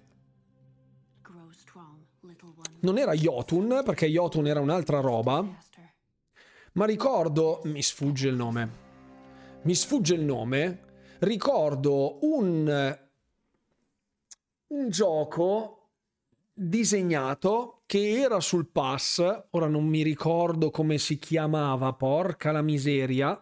Non era Jotun, perché Jotun era un'altra roba. Ma ricordo... mi sfugge il nome. Mi sfugge il nome. Ricordo un... un gioco disegnato che era sul pass. Ora non mi ricordo come si chiamava, porca la miseria.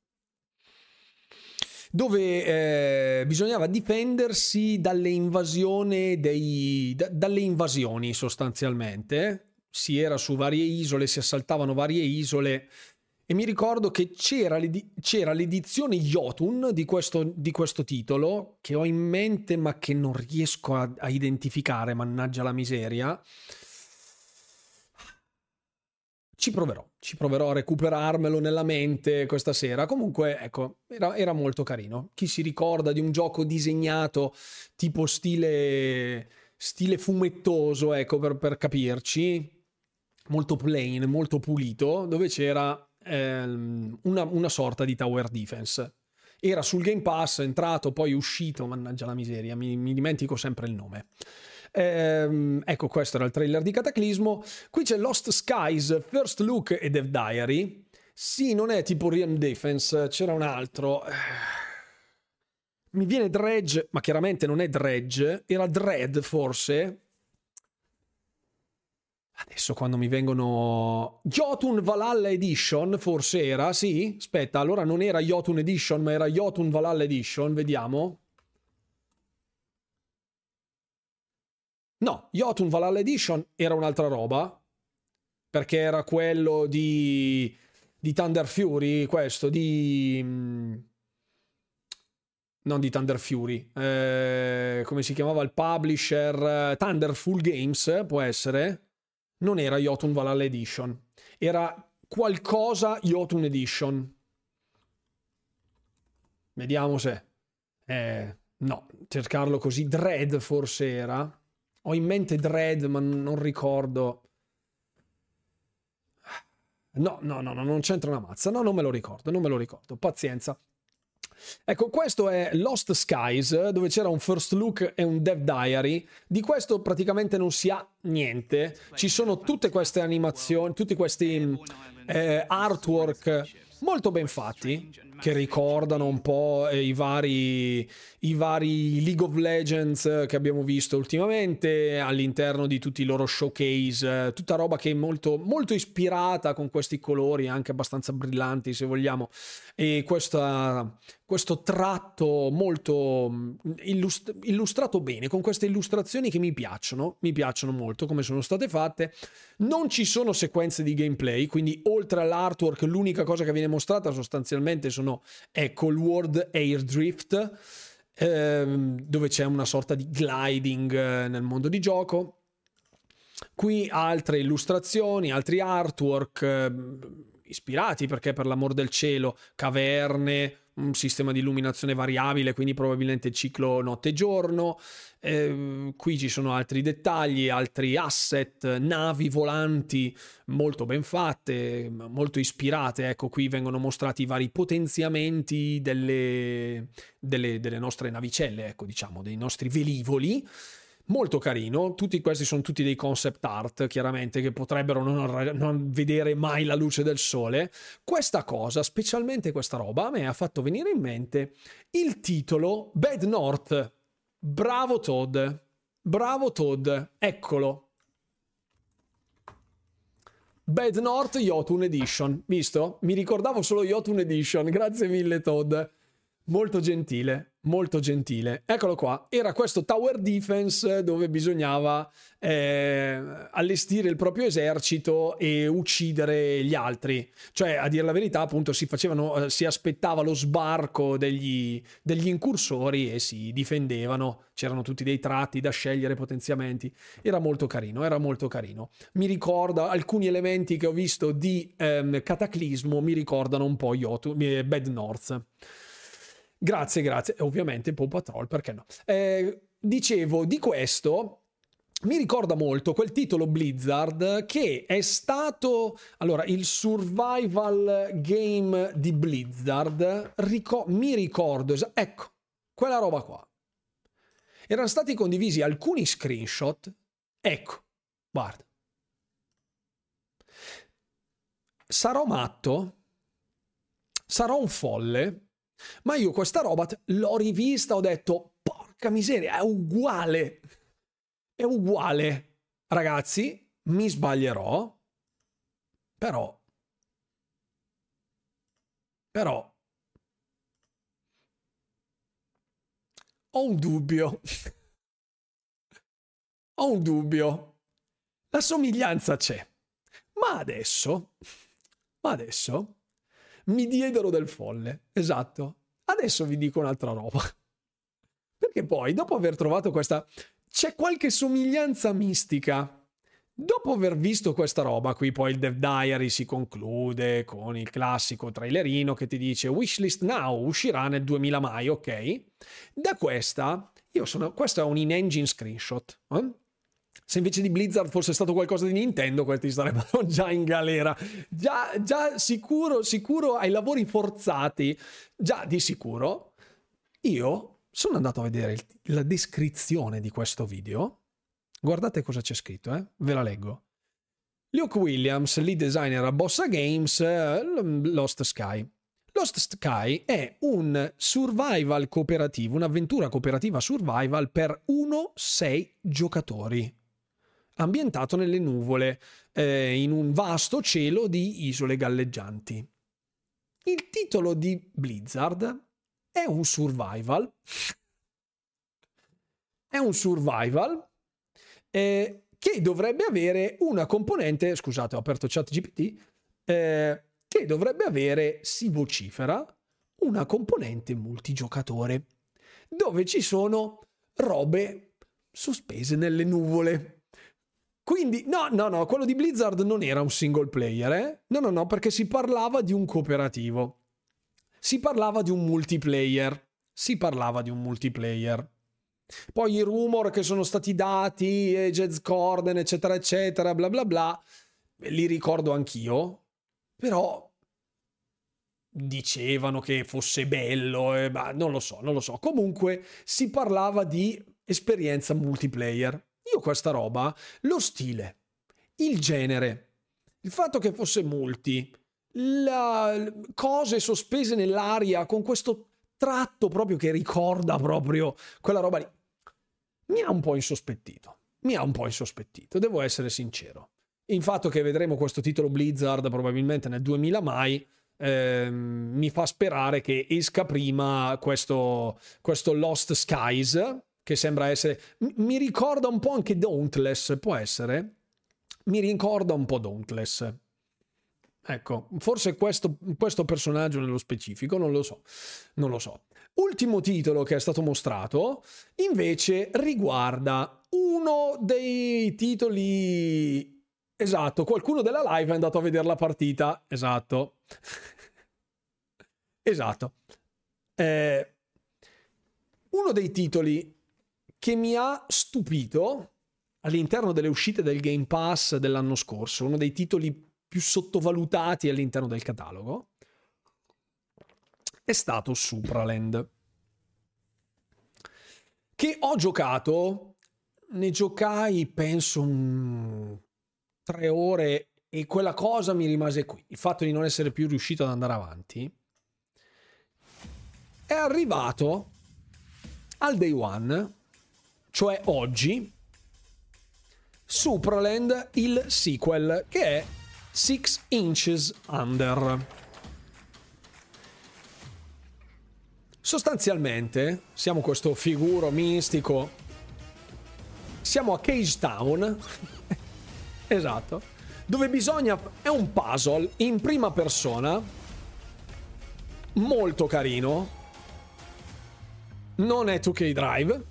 Dove eh, bisognava difendersi dalle invasioni dei da, dalle invasioni sostanzialmente. Si era su varie isole, si assaltavano varie isole e mi ricordo che c'era, l'edi- c'era l'edizione Jotun di questo, di questo titolo che ho in mente ma che non riesco a, a identificare, mannaggia la miseria. Ci proverò, ci proverò a recuperarmelo nella mente questa sera. Comunque, ecco, era, era molto carino. Chi si ricorda di un gioco disegnato tipo stile, stile fumettoso, ecco, per, per capirci, molto plain, molto pulito, dove c'era ehm, una, una sorta di tower defense. Era sul Game Pass, è entrato, poi uscito, mannaggia la miseria, mi, mi dimentico sempre il nome. Ehm, ecco, questo era il trailer di Cataclismo. Qui c'è Lost Skies, First Look e Dev Diary. Sì, non è tipo Realm Defense, c'era un altro. Mi viene Dredge, ma chiaramente non è Dredge, era Dread forse. Adesso quando mi vengono... Jotun Valhalla Edition forse era, sì? Aspetta, allora non era Jotun Edition, ma era Jotun Valhalla Edition, vediamo. No, Jotun Valhalla Edition era un'altra roba, perché era quello di, di Thunder Fury, questo, di... non di Thunder Fury, eh, come si chiamava il publisher? Thunderful Games, può essere? Non era Jotun Valhalla Edition, era qualcosa Jotun Edition. Vediamo se... Eh, no, cercarlo così, Dread forse era... Ho in mente Dread, ma non ricordo. No, no, no, no, non c'entra una mazza. No, non me lo ricordo, non me lo ricordo. Pazienza. Ecco, questo è Lost Skies, dove c'era un first look e un dev diary. Di questo praticamente non si ha niente. Ci sono tutte queste animazioni, tutti questi eh, artwork molto ben fatti, che ricordano un po' eh, i vari i vari League of Legends che abbiamo visto ultimamente all'interno di tutti i loro showcase, eh, tutta roba che è molto molto ispirata, con questi colori anche abbastanza brillanti se vogliamo, e questa, questo tratto molto illust- illustrato bene, con queste illustrazioni che mi piacciono mi piacciono molto come sono state fatte. Non ci sono sequenze di gameplay, quindi oltre all'artwork l'unica cosa che viene mostrata sostanzialmente sono è Cold War Air Drift, ehm, dove c'è una sorta di gliding eh, nel mondo di gioco. Qui altre illustrazioni, altri artwork eh, ispirati, perché per l'amor del cielo, caverne, un sistema di illuminazione variabile, quindi probabilmente ciclo notte e giorno. Eh, qui ci sono altri dettagli, altri asset, navi volanti molto ben fatte, molto ispirate. Ecco, qui vengono mostrati i vari potenziamenti delle, delle, delle nostre navicelle, ecco, diciamo, dei nostri velivoli. Molto carino. Tutti questi sono tutti dei concept art, chiaramente, che potrebbero non, non vedere mai la luce del sole. Questa cosa, specialmente questa roba, a me ha fatto venire in mente il titolo Bad North. Bravo Todd, bravo Todd, eccolo. Bad North Jotun Edition, visto? Mi ricordavo solo Jotun Edition, grazie mille Todd. Molto gentile, molto gentile. Eccolo qua, era questo tower defense dove bisognava eh, allestire il proprio esercito e uccidere gli altri. Cioè, a dire la verità, appunto, si facevano, eh, si aspettava lo sbarco degli, degli incursori e si difendevano. C'erano tutti dei tratti da scegliere, potenziamenti. Era molto carino, era molto carino. Mi ricorda alcuni elementi che ho visto di ehm, Cataclismo, mi ricordano un po' Yotu, eh, Bad North. Grazie, grazie. E ovviamente Paw Patrol, perché no? Eh, dicevo, di questo mi ricorda molto quel titolo Blizzard che è stato, allora, il survival game di Blizzard. Rico- mi ricordo, es- ecco, quella roba qua. Erano stati condivisi alcuni screenshot. Ecco, guarda. Sarò matto? Sarò un folle? Ma io questa roba l'ho rivista, ho detto, porca miseria, è uguale. È uguale. Ragazzi, mi sbaglierò. Però. Però. Ho un dubbio. Ho un dubbio. La somiglianza c'è. Ma adesso. Ma adesso. Mi diedero del folle, esatto. Adesso vi dico un'altra roba. Perché poi, dopo aver trovato questa... C'è qualche somiglianza mistica. Dopo aver visto questa roba, qui poi il Dev Diary si conclude con il classico trailerino che ti dice Wishlist Now, uscirà nel duemila mai, ok? Da questa, io sono... Questo è un in-engine screenshot, eh? Se invece di Blizzard fosse stato qualcosa di Nintendo, questi sarebbero già in galera. Già, già sicuro, sicuro ai lavori forzati. Già di sicuro. Io sono andato a vedere il, la descrizione di questo video. Guardate cosa c'è scritto, eh? Ve la leggo. Luke Williams, lead designer a Bossa Games, Lost Sky. Lost Sky è un survival cooperativo, un'avventura cooperativa survival per uno sei giocatori. Ambientato nelle nuvole, eh, in un vasto cielo di isole galleggianti. Il titolo di Blizzard è un survival. È un survival eh, che dovrebbe avere una componente, scusate, ho aperto ChatGPT, eh, che dovrebbe avere, si vocifera, una componente multigiocatore, dove ci sono robe sospese nelle nuvole. Quindi, no, no, no, quello di Blizzard non era un single player, eh? No, no, no, perché si parlava di un cooperativo. Si parlava di un multiplayer. Si parlava di un multiplayer. Poi i rumor che sono stati dati, eh, Jez Corden, eccetera, eccetera, bla bla bla, li ricordo anch'io, però dicevano che fosse bello, eh, ma non lo so, non lo so. Comunque si parlava di esperienza multiplayer. Io questa roba, lo stile, il genere, il fatto che fosse multi, la, cose sospese nell'aria con questo tratto proprio che ricorda proprio quella roba lì, mi ha un po' insospettito, mi ha un po' insospettito, devo essere sincero. Il fatto che vedremo questo titolo Blizzard probabilmente nel duemila mai ehm, mi fa sperare che esca prima questo, questo Lost Skies, che sembra essere, mi ricorda un po' anche Dauntless, può essere? Mi ricorda un po' Dauntless. Ecco, forse questo, questo personaggio nello specifico, non lo so, non lo so. Ultimo titolo che è stato mostrato, invece, riguarda uno dei titoli... Esatto, qualcuno della live è andato a vedere la partita, esatto. Esatto. Eh, uno dei titoli che mi ha stupito all'interno delle uscite del Game Pass dell'anno scorso, uno dei titoli più sottovalutati all'interno del catalogo, è stato Supraland, che ho giocato, ne giocai penso un... tre ore e quella cosa mi rimase qui, il fatto di non essere più riuscito ad andare avanti. È arrivato al day one, cioè oggi, Supraland, il sequel, che è Six Inches Under. Sostanzialmente siamo questo figuro mistico, siamo a Cage Town, esatto, dove bisogna, è un puzzle in prima persona, molto carino, non è due K Drive,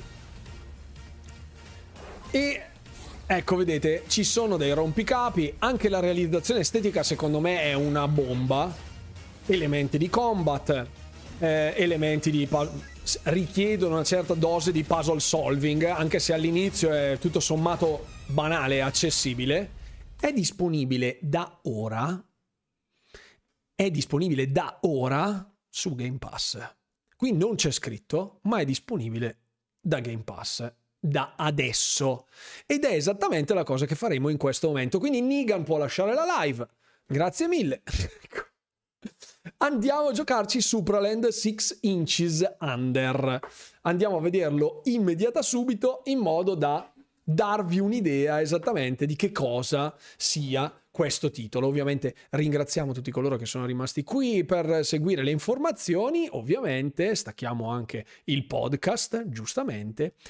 e ecco, vedete, ci sono dei rompicapi, anche la realizzazione estetica secondo me è una bomba, elementi di combat, eh, elementi di pu- richiedono una certa dose di puzzle solving, anche se all'inizio è tutto sommato banale e accessibile. È disponibile da ora, è disponibile da ora su Game Pass. Qui non c'è scritto, ma è disponibile da Game Pass da adesso, ed è esattamente la cosa che faremo in questo momento. Quindi Nigan può lasciare la live, grazie mille. Andiamo a giocarci Supraland Six Inches Under, andiamo a vederlo immediata subito, in modo da darvi un'idea esattamente di che cosa sia questo titolo. Ovviamente ringraziamo tutti coloro che sono rimasti qui per seguire le informazioni, ovviamente stacchiamo anche il podcast, giustamente,